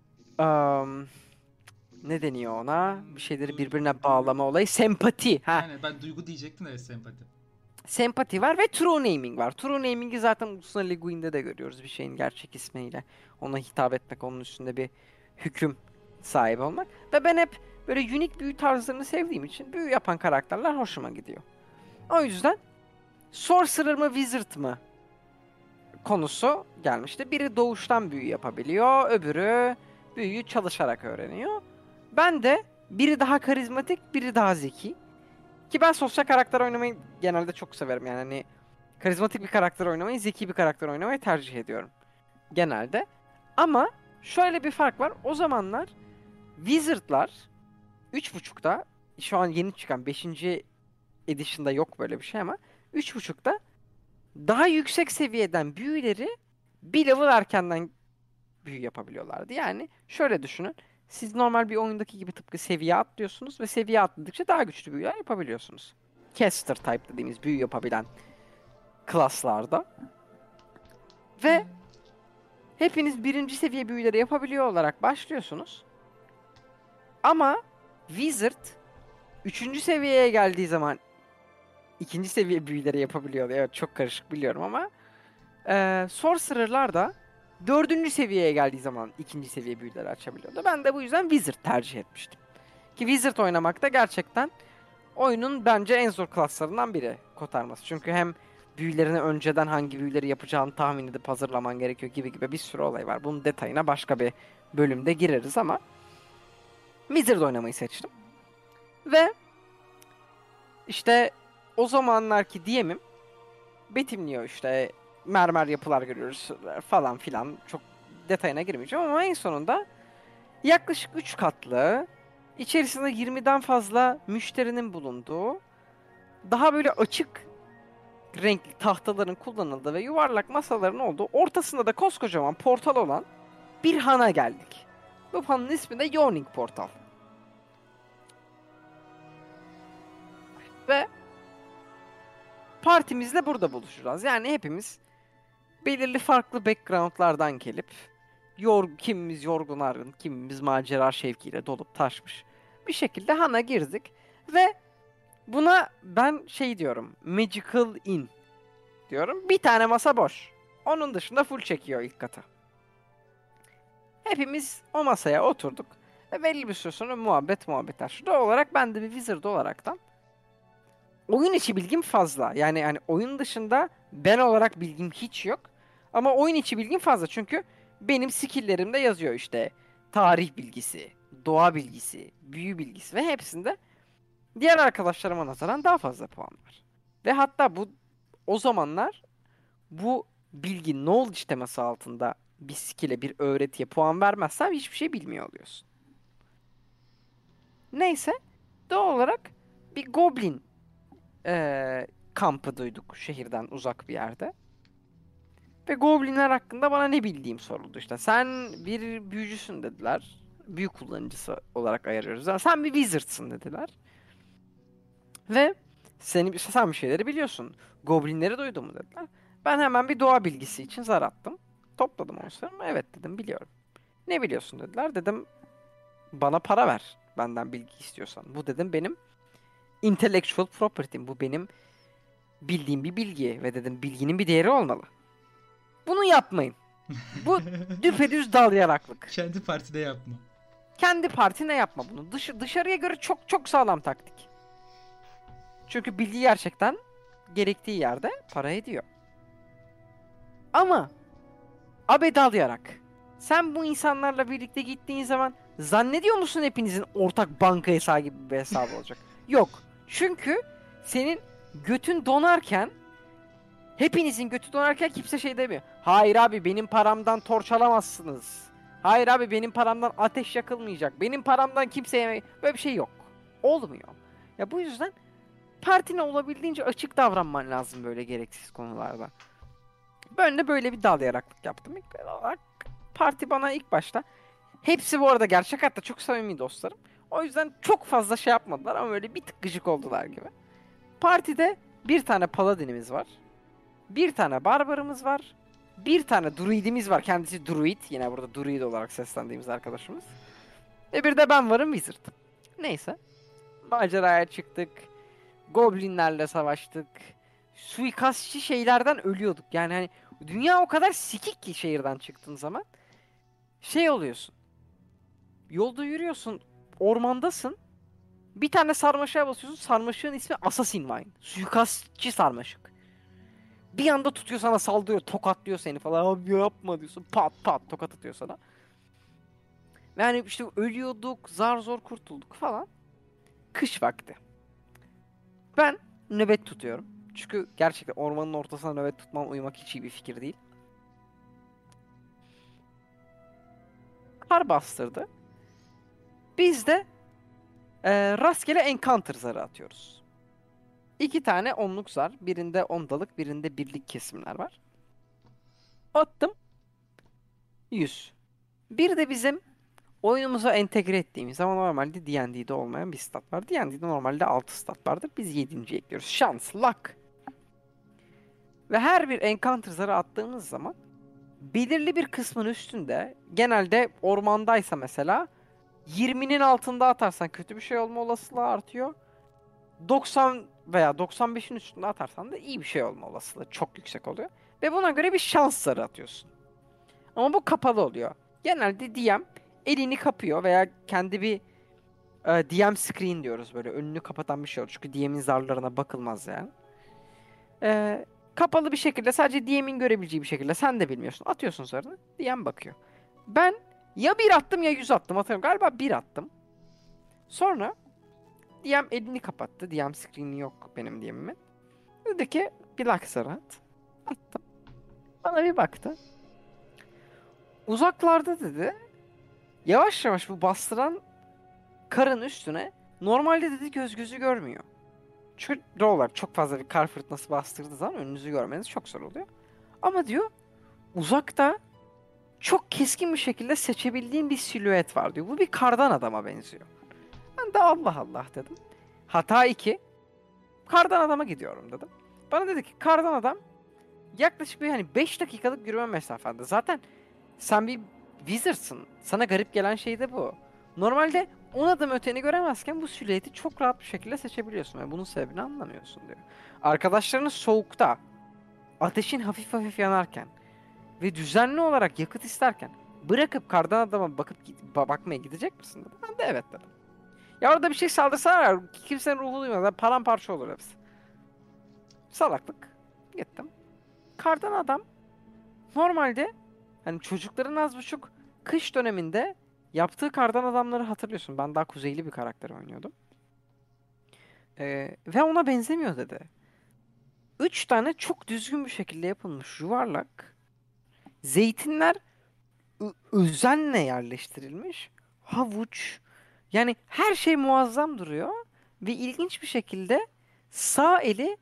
Ne deniyor ona? Bir şeyleri birbirine bağlama olayı. Sempati. Yani ben duygu diyecektim de sempati. Sempati var ve true naming var. True naming'i zaten Ursula Le Guin'de de görüyoruz bir şeyin gerçek ismiyle. Ona hitap etmek, onun üstünde bir hüküm sahibi olmak. Ve ben hep böyle unique büyü tarzlarını sevdiğim için büyü yapan karakterler hoşuma gidiyor. O yüzden Sorcerer mı Wizard mı konusu gelmişti. Biri doğuştan büyü yapabiliyor, öbürü büyüyü çalışarak öğreniyor. Ben de biri daha karizmatik, biri daha zeki. Ki ben sosyal karakter oynamayı genelde çok severim. Yani hani karizmatik bir karakter oynamayı, zeki bir karakter oynamayı tercih ediyorum. Genelde. Ama şöyle bir fark var. O zamanlar Wizard'lar 3.5'da şu an yeni çıkan 5. edition'da yok böyle bir şey ama 3.5'da daha yüksek seviyeden büyüleri bir level erkenden büyü yapabiliyorlardı. Yani şöyle düşünün. Siz normal bir oyundaki gibi tıpkı seviye atlıyorsunuz ve seviye atladıkça daha güçlü büyüler yapabiliyorsunuz. Caster type dediğimiz büyü yapabilen klaslarda. Ve hepiniz 1. seviye büyüleri yapabiliyor olarak başlıyorsunuz. Ama Wizard 3. seviyeye geldiği zaman 2. seviye büyüleri yapabiliyor. Evet, çok karışık biliyorum ama Sorcerer'lar da 4. seviyeye geldiği zaman 2. seviye büyüleri açabiliyordu. Ben de bu yüzden Wizard tercih etmiştim. Ki Wizard oynamak da gerçekten oyunun bence en zor klaslarından biri kotarması. Çünkü hem büyülerini önceden hangi büyüleri yapacağını tahmin edip hazırlaman gerekiyor gibi bir sürü olay var. Bunun detayına başka bir bölümde gireriz ama Wizard oynamayı seçtim. Ve işte o zamanlarki DM'im betimliyor işte mermer yapılar görüyoruz falan filan. Çok detayına girmeyeceğim ama en sonunda yaklaşık 3 katlı, içerisinde 20'den fazla müşterinin bulunduğu, daha böyle açık renkli tahtaların kullanıldığı ve yuvarlak masaların olduğu, ortasında da koskocaman portal olan bir hana geldik. Bu hanın ismi de Yawning Portal. Ve partimizle burada buluşacağız. Yani hepimiz belirli farklı backgroundlardan gelip kimimiz yorgun argın, kimimiz macera şevkiyle dolup taşmış bir şekilde hana girdik ve buna ben diyorum, Magical Inn diyorum. Bir tane masa boş. Onun dışında full çekiyor ilk katı. Hepimiz o masaya oturduk ve belli bir süre sonra muhabbetler. Şu da olarak ben de bir wizard olaraktan oyun içi bilgim fazla. Yani hani oyun dışında ben olarak bilgim hiç yok. Ama oyun içi bilgim fazla çünkü benim skill'lerimde yazıyor işte tarih bilgisi, doğa bilgisi, büyü bilgisi ve hepsinde diğer arkadaşlarıma nazaran daha fazla puan var. Ve hatta o zamanlar bu bilgi knowledge teması altında bir skill'e, bir öğretiye puan vermezsen hiçbir şey bilmiyor oluyorsun. Neyse, doğal olarak bir goblin kampı duyduk şehirden uzak bir yerde. Ve goblinler hakkında bana ne bildiğim soruldu işte. Sen bir büyücüsün dediler. Büyü kullanıcısı olarak ayarıyoruz. Yani sen bir wizardsın dediler. Ve sen bir şeyleri biliyorsun. Goblinleri duydun mu dediler. Ben hemen bir doğa bilgisi için zar attım. Topladım monster'ımı. Evet dedim, biliyorum. Ne biliyorsun dediler. Dedim bana para ver. Benden bilgi istiyorsan. Bu dedim benim intellectual property'm. Bu benim bildiğim bir bilgi. Ve dedim bilginin bir değeri olmalı. Bunu yapmayın. Bu düpedüz dal yaraklık. Kendi partide yapma. Kendi partine yapma bunu. Dışarıya göre çok çok sağlam taktik. Çünkü bilgi gerçekten gerektiği yerde para ediyor. Ama abedalayarak sen bu insanlarla birlikte gittiğin zaman zannediyor musun hepinizin ortak banka hesabı gibi bir hesabı olacak? Yok. Çünkü senin götün donarken, hepinizin götü donarken kimse şey demiyor. Hayır abi benim paramdan torç alamazsınız. Hayır abi benim paramdan ateş yakılmayacak. Benim paramdan kimse yemeği... Böyle bir şey yok. Olmuyor. Ya bu yüzden partine olabildiğince açık davranman lazım böyle gereksiz konularda. Ben de böyle bir dal yaraklık yaptım. İlk olarak parti bana ilk başta, hepsi bu arada gerçek hayatta çok samimi dostlarım. O yüzden çok fazla şey yapmadılar ama böyle bir tık gıcık oldular gibi. Partide bir tane paladinimiz var. Bir tane barbarımız var. Bir tane druidimiz var. Kendisi druid. Yine burada druid olarak seslendiğimiz arkadaşımız. Ve bir de ben varım, wizard. Neyse. Maceraya çıktık. Goblinlerle savaştık. Suikastçı şeylerden ölüyorduk. Yani hani dünya o kadar sikik ki şehirden çıktığın zaman. Şey oluyorsun. Yolda yürüyorsun. Ormandasın. Bir tane sarmaşığa basıyorsun. Sarmaşığın ismi Assassin Vine. Suikastçı sarmaşık. Bir anda tutuyor, sana saldırıyor. Tokatlıyor seni falan. Abi yapma diyorsun. Pat pat tokat atıyor sana. Ve hani işte ölüyorduk. Zar zor kurtulduk falan. Kış vakti. Ben nöbet tutuyorum. Çünkü gerçekten ormanın ortasına nöbet tutmam, uyumak hiç iyi bir fikir değil. Kar bastırdı. Biz de rastgele encounter zarı atıyoruz. 2 tane onluk zar. Birinde ondalık, birinde birlik kesimler var. Attım. 100. Bir de bizim oyunumuza entegre ettiğimiz ama normalde D&D'de olmayan bir stat var. D&D'de normalde 6 stat vardır. Biz 7. ekliyoruz. Şans, luck. Ve her bir encounter zarı attığımız zaman belirli bir kısmın üstünde, genelde ormandaysa mesela 20'nin altında atarsan kötü bir şey olma olasılığı artıyor. 90 veya 95'in üstünde atarsan da iyi bir şey olma olasılığı çok yüksek oluyor. Ve buna göre bir şans zarı atıyorsun. Ama bu kapalı oluyor. Genelde DM elini kapıyor veya kendi bir DM screen diyoruz, böyle önünü kapatan bir şey olur. Çünkü DM'in zarlarına bakılmaz yani. Kapalı bir şekilde, sadece DM'in görebileceği bir şekilde, sen de bilmiyorsun. Atıyorsun zarını, DM bakıyor. Ben ya 1 attım ya 100 attım, atıyorum. Galiba 1 attım. Sonra DM elini kapattı. DM screen'i yok benim DM'imin. Dedi ki bir lak zarı at. Attım. Bana bir baktı. Uzaklarda dedi, yavaş yavaş bu bastıran karın üstüne, normalde dedi göz gözü görmüyor. Çünkü doğal olarak çok fazla bir kar fırtınası bastırdığı zaman önünüzü görmeniz çok zor oluyor. Ama diyor uzakta çok keskin bir şekilde seçebildiğim bir silüet var diyor. Bu bir kardan adama benziyor. Ben de Allah Allah dedim. Hata 2. Kardan adama gidiyorum dedim. Bana dedi ki kardan adam yaklaşık bir hani 5 dakikalık yürüme mesafende. Zaten sen bir wizardsın. Sana garip gelen şey de bu. Normalde 10 adım öteni göremezken bu silüeti çok rahat bir şekilde seçebiliyorsun ve bunun sebebini anlamıyorsun diyor. Arkadaşlarının soğukta, ateşin hafif hafif yanarken ve düzenli olarak yakıt isterken bırakıp kardan adama bakmaya gidecek misin dedi. Ben de evet dedim. Ya orada bir şey saldırsalar kimsenin ruhu duymaz. Paramparça olur hepsi. Salaklık. Gittim. Kardan adam normalde hani çocukların az buçuk kış döneminde Yaptığı kardan adamları hatırlıyorsun. Ben daha kuzeyli bir karakter oynuyordum. Ve ona benzemiyor dedi. 3 tane çok düzgün bir şekilde yapılmış yuvarlak zeytinler özenle yerleştirilmiş. Havuç. Yani her şey muazzam duruyor. Ve ilginç bir şekilde sağ eli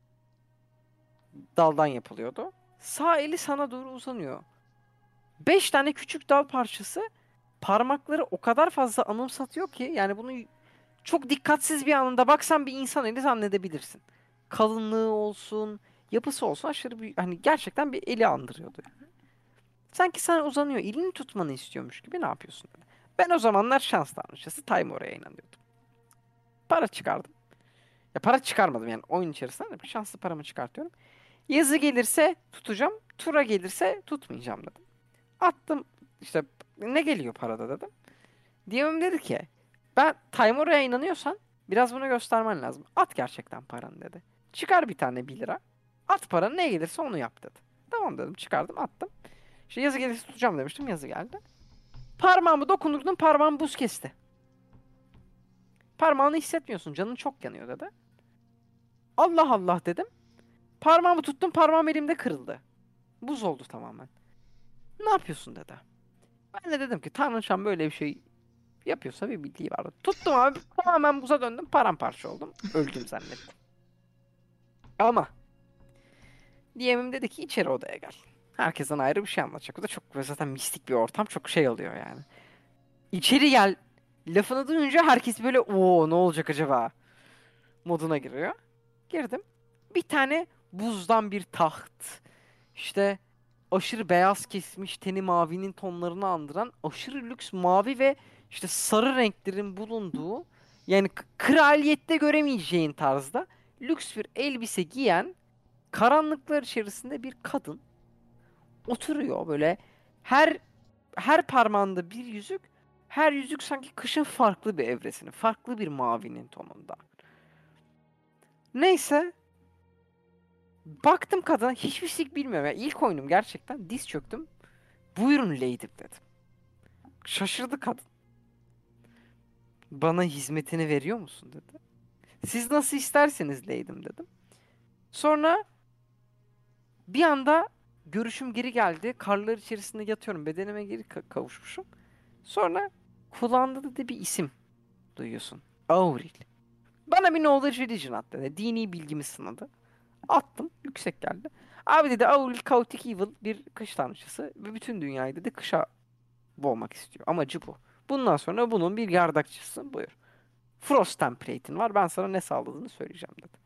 daldan yapılıyordu. Sağ eli sana doğru uzanıyor. 5 tane küçük dal parçası parmakları o kadar fazla anımsatıyor ki yani bunu çok dikkatsiz bir anında baksan bir insan eli zannedebilirsin. Kalınlığı olsun, yapısı olsun aşırı bir hani gerçekten bir eli andırıyordu. Sanki sana uzanıyor, elini tutmanı istiyormuş gibi ne yapıyorsun dedi. Ben o zamanlar şans tanrıçası Taimora'ya inanıyordum. Para çıkardım. Ya para çıkarmadım yani oyun içerisinden de bir şanslı paramı çıkartıyorum. Yazı gelirse tutacağım, tura gelirse tutmayacağım dedim. Attım işte ne geliyor parada dedim. DM'im dedi ki ben Taimora'ya inanıyorsan biraz bunu göstermen lazım. At gerçekten paranı dedi. Çıkar bir tane 1 lira. At paranı ne gelirse onu yap dedi. Tamam dedim çıkardım attım. İşte yazı gelirse tutacağım demiştim yazı geldi. Parmağımı dokundurdum parmağım buz kesti. Parmağını hissetmiyorsun canın çok yanıyor dedi. Allah Allah dedim. Parmağımı tuttum parmağım elimde kırıldı. Buz oldu tamamen. Ne yapıyorsun dedi. Ben de dedim ki Tanrıçam böyle bir şey yapıyorsa bir bildiği vardı. Tuttum abi tamamen buza döndüm paramparça oldum. Öldüm zannettim. Ama DM'im dedi ki içeri odaya gel. Herkesten ayrı bir şey anlatacak. O da çok zaten mistik bir ortam çok şey oluyor yani. İçeri gel lafını duyunca herkes böyle o ne olacak acaba moduna giriyor. Girdim. Bir tane buzdan bir taht. İşte aşırı beyaz kesmiş teni mavinin tonlarını andıran aşırı lüks mavi ve işte sarı renklerin bulunduğu yani kraliyette göremeyeceğin tarzda lüks bir elbise giyen karanlıklar içerisinde bir kadın oturuyor böyle her parmağında bir yüzük her yüzük sanki kışın farklı bir evresini farklı bir mavinin tonunda. Neyse baktım kadına hiçbir şey bilmiyorum. Yani ilk oyunum gerçekten diz çöktüm. Buyurun lady'm dedim. Şaşırdı kadın. Bana hizmetini veriyor musun dedi. Siz nasıl isterseniz lady'm dedim. Sonra bir anda görüşüm geri geldi. Karlar içerisinde yatıyorum. Bedenime geri kavuşmuşum. Sonra kulağında da bir isim duyuyorsun. Auril. Bana bir Knowledge Religion at dedi. Dini bilgimi sınadı. Attım. Yüksek geldi. Abi dedi Auril Chaotic Evil bir kış tanrıçısı ve bütün dünyayı dedi kışa boğmak istiyor. Amacı bu. Bundan sonra bunun bir yardakçısı. Buyur. Frost template'in var. Ben sana ne sağladığını söyleyeceğim dedi.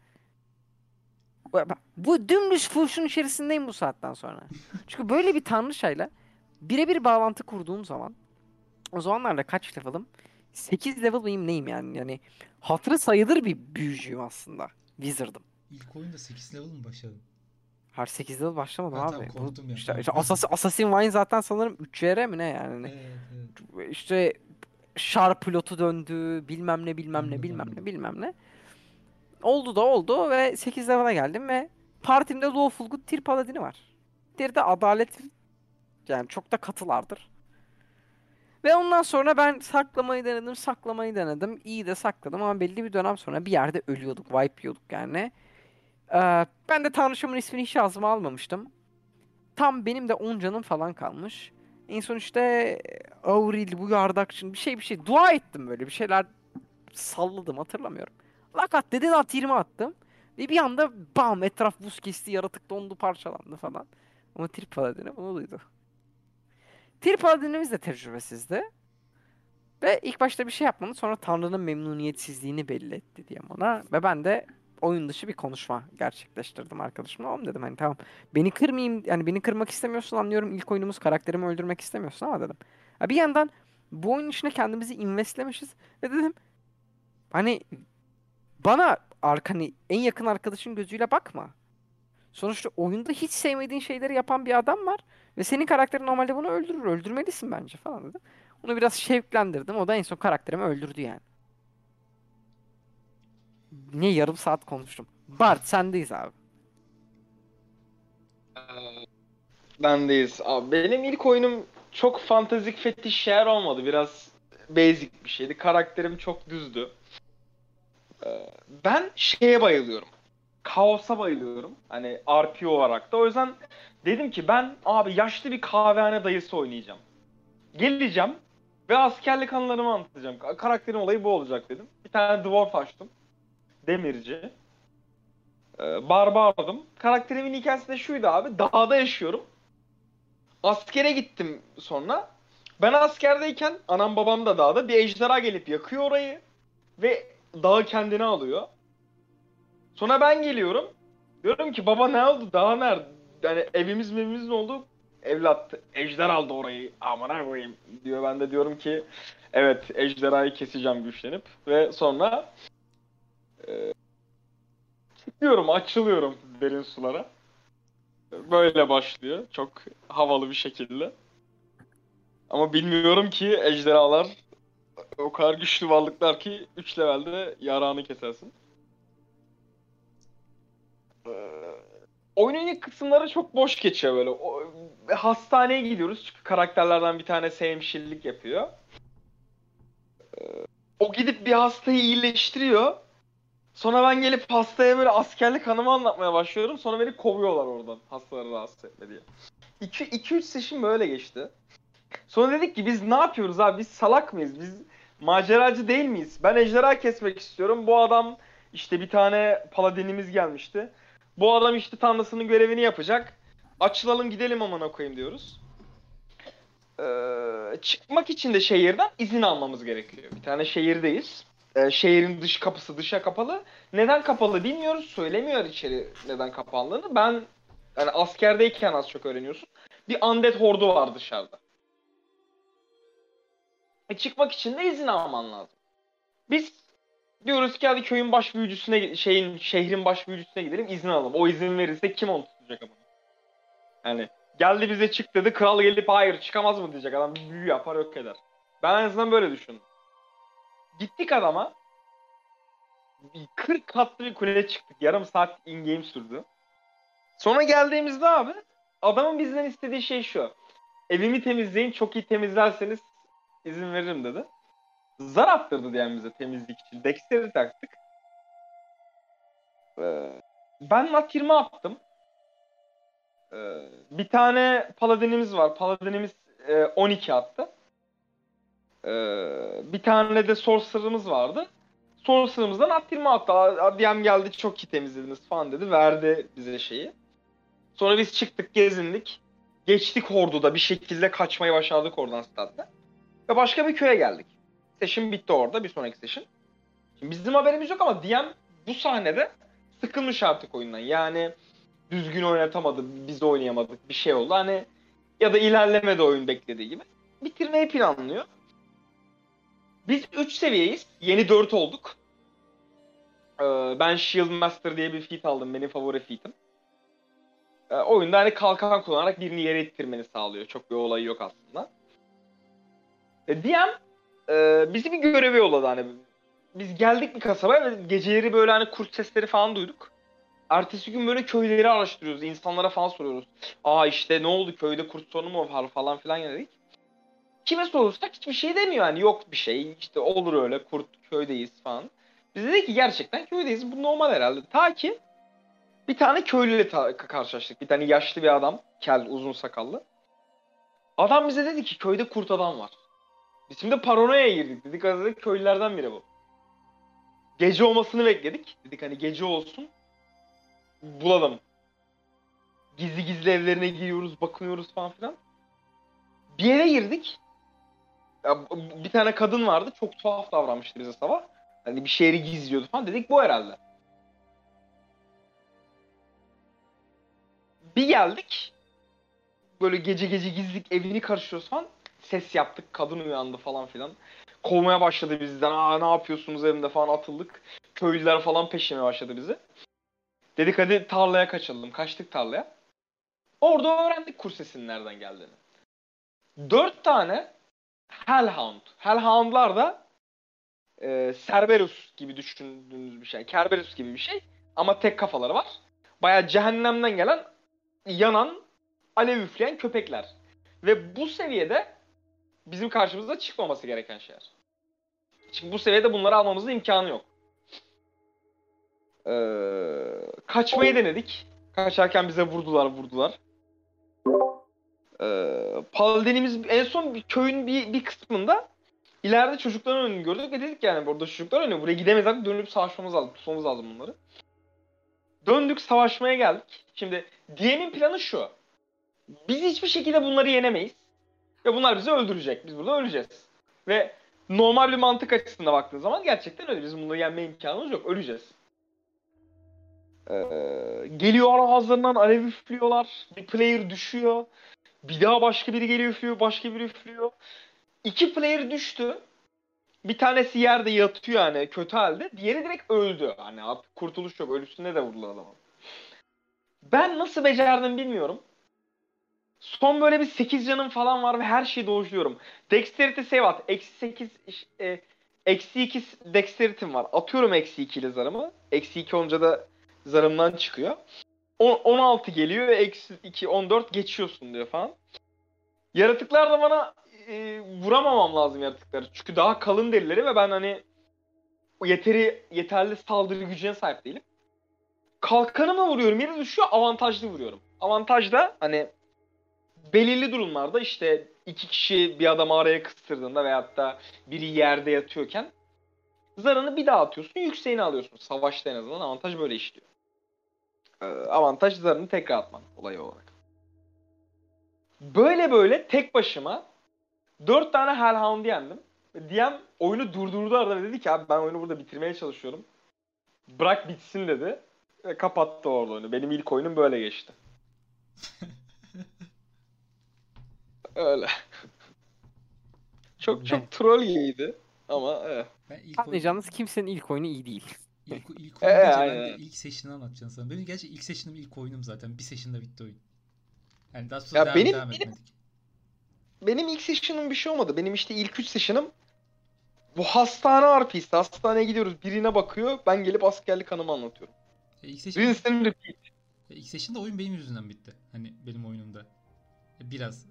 Bu dümdüz fush'un içerisindeyim bu saatten sonra. Çünkü böyle bir tanrıçayla birebir bağlantı kurduğum zaman o zamanlarda kaç level'ım? 8 level mıyım neyim yani? Yani hatırı sayılır bir büyücüyüm aslında. Wizard'ım. İlk oyunda 8 level mi başladın? Her 8 level başlamadım Ha, abi. tamam, korktum ya. İşte Assassin's Wine zaten sanırım 3 yere mi ne yani? Evet, evet. İşte Char pilotu döndü, bilmem ne bilmem ne Anladım, bilmem anladım. ne bilmem ne. Oldu da oldu ve 8 level'a geldim ve partimde Lawful Good Tyr Paladini var. Tyr de adalet yani çok da katılardır. Ve ondan sonra ben saklamayı denedim. İyi de sakladım ama belli bir dönem sonra bir yerde ölüyorduk, wipe yiyorduk yani. Ben de tanrıçamın ismini hiç ağzıma almamıştım. Tam benim de 10 canım falan kalmış. En son işte Auril bu yardakçın bir şey dua ettim böyle bir şeyler salladım hatırlamıyorum. Lakat dedi at 20 attım. Ve bir anda bam etraf buz kesti yaratık dondu parçalandı falan. Ama Tyr Paladini bunu duydu. Tyr Paladinimiz de tecrübesizdi. Ve ilk başta bir şey yapmadı sonra Tanrı'nın memnuniyetsizliğini belli etti diye ona. Ve ben de oyun dışı bir konuşma gerçekleştirdim arkadaşımla. Oğlum dedim hani tamam beni kırmayayım yani beni kırmak istemiyorsun anlıyorum ilk oyunumuz karakterimi öldürmek istemiyorsun ama dedim. Ha bir yandan bu oyun içine kendimizi investlemişiz ve dedim hani bana hani en yakın arkadaşın gözüyle bakma. Sonuçta oyunda hiç sevmediğin şeyleri yapan bir adam var ve senin karakterin normalde bunu öldürür. Öldürmelisin bence falan dedim. Onu biraz şevklendirdim. O da en son karakterimi öldürdü yani. Niye yarım saat konuştum? Bart sendeyiz abi. Bendeyiz. Abi, benim ilk oyunum çok fantastik fetiş şeyler olmadı. Biraz basic bir şeydi. Karakterim çok düzdü. Ben şeye bayılıyorum. Kaos'a bayılıyorum. Hani RP olarak da. O yüzden dedim ki ben abi yaşlı bir kahvehane dayısı oynayacağım. Geleceğim ve askerlik anılarımı anlatacağım. Karakterin olayı bu olacak dedim. Bir tane dwarf açtım. Demirci. Barbardım. Karakterimin hikayesi de şuydu abi. Dağda yaşıyorum. Askere gittim sonra. Ben askerdeyken anam babam da dağda. Bir ejderha gelip yakıyor orayı. Ve dağı kendine alıyor. Sonra ben geliyorum. Diyorum ki baba ne oldu? Dağ nerede? Yani evimiz ne oldu? Evlat ejder aldı orayı. Amına koyayım diyor. Ben de diyorum ki evet ejderhayı keseceğim güçlenip. Ve sonra çıkıyorum açılıyorum derin sulara. Böyle başlıyor. Çok havalı bir şekilde. Ama bilmiyorum ki ejderhalar o kadar güçlü varlıklar ki 3 levelde yarağını kesersin. Oyunun ilk kısımları çok boş geçiyor böyle. Hastaneye gidiyoruz çünkü karakterlerden bir tane hemşirelik yapıyor. O gidip bir hastayı iyileştiriyor. Sonra ben gelip hastaya böyle askerlik anımı anlatmaya başlıyorum. Sonra beni kovuyorlar oradan hastaları rahatsız etme diye. 2-3 session böyle geçti. Sonra dedik ki biz ne yapıyoruz abi? Biz salak mıyız? Biz maceracı değil miyiz? Ben ejderha kesmek istiyorum. Bu adam işte bir tane paladinimiz gelmişti. Bu adam işte tanrısının görevini yapacak. Açılalım gidelim amına koyayım diyoruz. Çıkmak için de şehirden izin almamız gerekiyor. Bir tane şehirdeyiz. Şehrin dış kapısı dışa kapalı. Neden kapalı bilmiyoruz. Söylemiyor içeri neden kapandığını. Ben yani askerdeyken az çok öğreniyorsun. Bir undead hordu var dışarıda. Çıkmak için de izin alman lazım. Biz diyoruz ki hadi köyün baş büyücüsüne şehrin baş büyücüsüne gidelim izin alalım. O izin verirse kim onu tutacak ama? Yani geldi bize çık dedi kral gelip hayır çıkamaz mı diyecek adam büyü yapar yok eder. Ben en azından böyle düşündüm. Gittik adama 40 katlı bir kuleye çıktık. Yarım saat in game sürdü. Sonra geldiğimizde abi adamın bizden istediği şey şu. Evimi temizleyin çok iyi temizlerseniz izin veririm dedi. Zar attırdı diyen bize temizlik için. Dexter'i taktık. Ben nat 20 attım. Bir tane paladinimiz var. Paladinimiz 12 attı. Bir tane de sorcerer'ımız vardı. Sorcerer'ımızdan nat 20 attı. DM geldi çok iyi temizlediniz falan dedi. Verdi bize şeyi. Sonra biz çıktık gezindik. Geçtik Hordu'da bir şekilde kaçmayı başardık oradan statta. Ve başka bir köye geldik. Session bitti orada bir sonraki session. Şimdi bizim haberimiz yok ama DM bu sahnede sıkılmış artık oyundan. Yani düzgün oynatamadı, biz oynayamadık bir şey oldu. Hani ya da ilerlemedi oyun beklediği gibi. Bitirmeyi planlıyor. Biz 3 seviyeyiz. Yeni 4 olduk. Ben Shield Master diye bir feat aldım. Benim favori feat'im. Oyunda hani kalkan kullanarak birini yere ittirmeni sağlıyor. Çok bir olayı yok aslında. DM bizi bir göreve yolladı hani. Biz geldik bir kasabaya ve geceleri böyle hani kurt sesleri falan duyduk. Ertesi gün böyle köyleri araştırıyoruz. İnsanlara falan soruyoruz. Aa işte ne oldu köyde kurt sorunu mu var falan filan dedik. Kime sorursak hiçbir şey demiyor yani yok bir şey. İşte olur öyle kurt köydeyiz falan. Biz dedik ki gerçekten köydeyiz. Bu normal herhalde. Ta ki bir tane köylüyle karşılaştık. Bir tane yaşlı bir adam. Kel uzun sakallı. Adam bize dedi ki köyde kurt adam var. Biz şimdi paranoya girdik. Dedik arada köylülerden biri bu. Gece olmasını bekledik. Dedik hani gece olsun. Bulalım. Gizli gizli evlerine giriyoruz, bakıyoruz falan filan. Bir yere girdik. Ya, bir tane kadın vardı. Çok tuhaf davranmıştı bize sabah. Hani bir şeyleri gizliyordu falan. Dedik bu herhalde. Bir geldik. Böyle gece gece gizlilik evini karıştırıyoruz falan. Ses yaptık. Kadın uyandı falan filan. Kovmaya başladı bizden. Aa ne yapıyorsunuz evimde falan atıldık. Köylüler falan peşlemeye başladı bizi. Dedik hadi tarlaya kaçalım. Kaçtık tarlaya. Orada öğrendik kur sesinin nereden geldiğini. 4 tane Hellhound. Hellhound'lar da Cerberus gibi düşündüğünüz bir şey. Kerberus gibi bir şey. Ama tek kafaları var. Bayağı cehennemden gelen, yanan, alev üfleyen köpekler. Ve bu seviyede bizim karşımıza çıkmaması gereken şeyler. Çünkü bu seviyede bunları almamızın imkanı yok. Kaçmayı denedik. Kaçarken bize vurdular. Paladinimiz en son bir köyün bir kısmında ileride çocukların önünü gördük ve dedik yani burada çocuklar önü buraya gidemeyiz artık, dönüp savaşmamız lazım, tutmamız lazım bunları. Döndük, savaşmaya geldik. Şimdi DM'in planı şu. Biz hiçbir şekilde bunları yenemeyiz. Ve bunlar bizi öldürecek. Biz burada öleceğiz. Ve normal bir mantık açısından baktığın zaman gerçekten öyle. Bizim bunları yenme imkanımız yok. Öleceğiz. Geliyor ağızlarından alev üflüyorlar. Bir player düşüyor. Bir daha başka biri geliyor üflüyor. Başka biri üflüyor. 2 player düştü. Bir tanesi yerde yatıyor yani kötü halde. Diğeri direkt öldü. Hani artık kurtuluş yok. Ölüsüne de vurdular adamı. Ben nasıl becerdim bilmiyorum. Son böyle bir 8 canım falan var ve her şeyi dojluyorum. Dexterity save at. Eksi 8 eksi 2 dexterity'm var. Atıyorum eksi 2 ile zarımı. Eksi 2 olunca da zarımdan çıkıyor. 16 geliyor ve eksi 2 14 geçiyorsun diyor falan. Yaratıklar da bana vuramamam lazım yaratıkları. Çünkü daha kalın derileri ve ben hani yeterli saldırı gücüne sahip değilim. Kalkanımla vuruyorum. Yere düşüyor, avantajlı vuruyorum. Avantajda hani belirli durumlarda işte 2 kişi bir adamı araya kıstırdığında veyahut da biri yerde yatıyorken zarını bir daha atıyorsun, yükseğini alıyorsun. Savaşta en azından avantaj böyle işliyor. Avantaj zarını tekrar atman olayı olarak. Böyle tek başıma 4 tane Hellhound yendim. DM oyunu durdurdu arada ve dedi ki abi ben oyunu burada bitirmeye çalışıyorum. Bırak bitsin dedi. Ve kapattı orada oyunu. Benim ilk oyunum böyle geçti. Öyle. Çok troll gibiydi ama Ben ilk Anlayacağınız kimsenin ilk oyunu iyi değil. İlk oyun deyince ben de ilk session'ı anlatacağım sana. Benim gerçi ilk session'ım ilk oyunum zaten. Bir session'da bitti oyun. Yani daha sonra devam etmedik. Benim ilk session'ım bir şey olmadı. Benim işte ilk 3 session'ım bu hastane RP'si. Hastaneye gidiyoruz. Birine bakıyor. Ben gelip askerlik anımı anlatıyorum. İlk session'da oyun benim yüzümden bitti. Hani benim oyunumda. Biraz.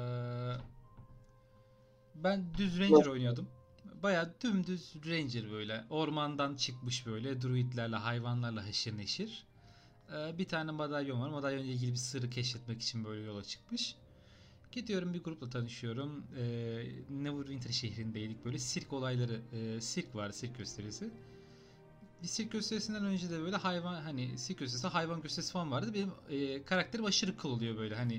Ben düz Ranger oynuyordum. Bayağı dümdüz Ranger böyle. Ormandan çıkmış böyle. Druidlerle, hayvanlarla haşır neşir. Bir tane madalyon var. Madalyonla ilgili bir sırrı keşfetmek için böyle yola çıkmış. Gidiyorum, bir grupla tanışıyorum. Neverwinter şehrindeydik böyle. Sirk olayları, sirk var, sirk gösterisi. Bir sirk gösterisinden önce de böyle hayvan, hani sirk gösterisi, hayvan gösterisi falan vardı. Benim karakterim aşırı kıl oluyor böyle hani.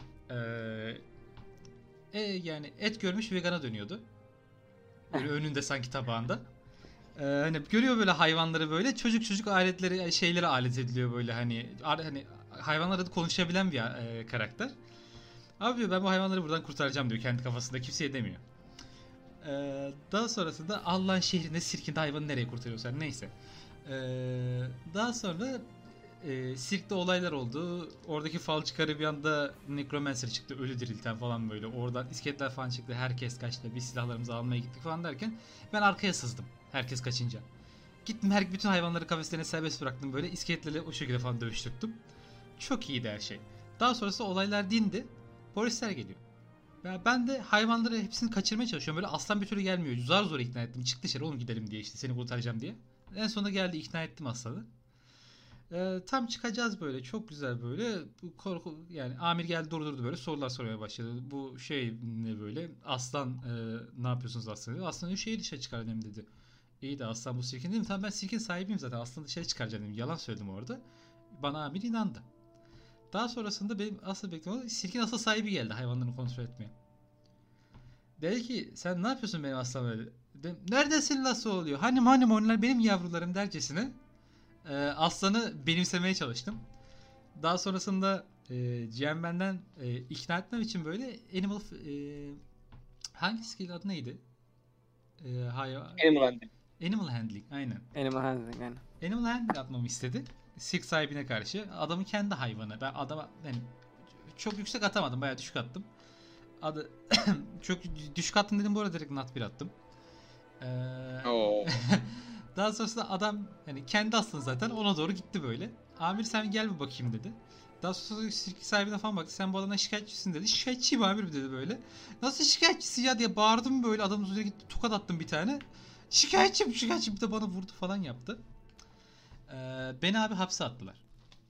Yani et görmüş vegana dönüyordu. Böyle önünde sanki tabağında. Hani görüyor böyle hayvanları böyle çocuk aletleri, şeyleri alet ediliyor böyle hani hayvanlarla da konuşabilen bir karakter. Abi diyor ben bu hayvanları buradan kurtaracağım diyor kendi kafasında, kimseye demiyor. Daha sonrasında Allah'ın şehrinde sirkinde hayvanı nereye kurtarıyorsan neyse. Daha sonra sirkte olaylar oldu. Oradaki falcı bir anda Necromancer çıktı, ölü dirilten falan böyle. Oradan iskeletler falan çıktı. Herkes kaçtı. Biz silahlarımızı almaya gittik falan derken ben arkaya sızdım. Herkes kaçınca. Gittim bütün hayvanları kafeslerine serbest bıraktım böyle. İskeletlerle o şekilde falan dövüştürdüm. Çok iyiydi her şey. Daha sonrası olaylar dindi. Polisler geliyor. Ben de hayvanları hepsini kaçırmaya çalışıyorum. Böyle aslan bir türlü gelmiyor. Zar zor ikna ettim. Çık dışarı oğlum gidelim diye, işte seni kurtaracağım diye. En sonunda geldi, ikna ettim aslanı. Tam çıkacağız böyle. Çok güzel böyle. Bu korku, yani amir geldi durdurdu böyle. Sorular sormaya başladı. Bu şey ne böyle? Aslan ne yapıyorsunuz aslan dedi. Aslan şeyi dışarı çıkardım dedi. İyi de aslan bu sirkin değil mi? Tamam ben sirkin sahibiyim zaten. Aslanı dışarı çıkaracağım dedim. Yalan söyledim orada. Bana amir inandı. Daha sonrasında benim asıl beklemem sirkin asıl sahibi geldi hayvanlarını kontrol etmeye. Dedi ki sen ne yapıyorsun benim aslanım dedi. Dedim, neredesin nasıl oluyor? Hani onlar benim yavrularım dercesine aslanı benimsemeye çalıştım. Daha sonrasında GM benden ikna etmem için böyle hangi skill adı neydi? Animal handling aynen. Animal handling aynen. Animal handling atmamı istedi. Sirk sahibine karşı. Adamın kendi hayvanı. Ben adama yani çok yüksek atamadım. Bayağı düşük attım. Çok düşük attım dedim bu arada, direkt nat 1 attım. Daha sonrasında adam hani kendi aslanı zaten ona doğru gitti böyle. Amir sen gel bir bakayım dedi. Daha sonra sirk sahibine falan baktı. Sen bu adamdan şikayetçisin dedi. Şikayetçiyim amirim dedi böyle. Nasıl şikayetçisi ya diye bağırdım böyle. Adamın üzerine gitti tokat attım bir tane. Şikayetçiyim şikayetçiyim bir de bana vurdu falan yaptı. Beni abi hapse attılar.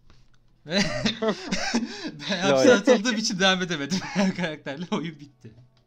Ve ben hapse atıldığım için devam edemedim karakterle. Oyun bitti.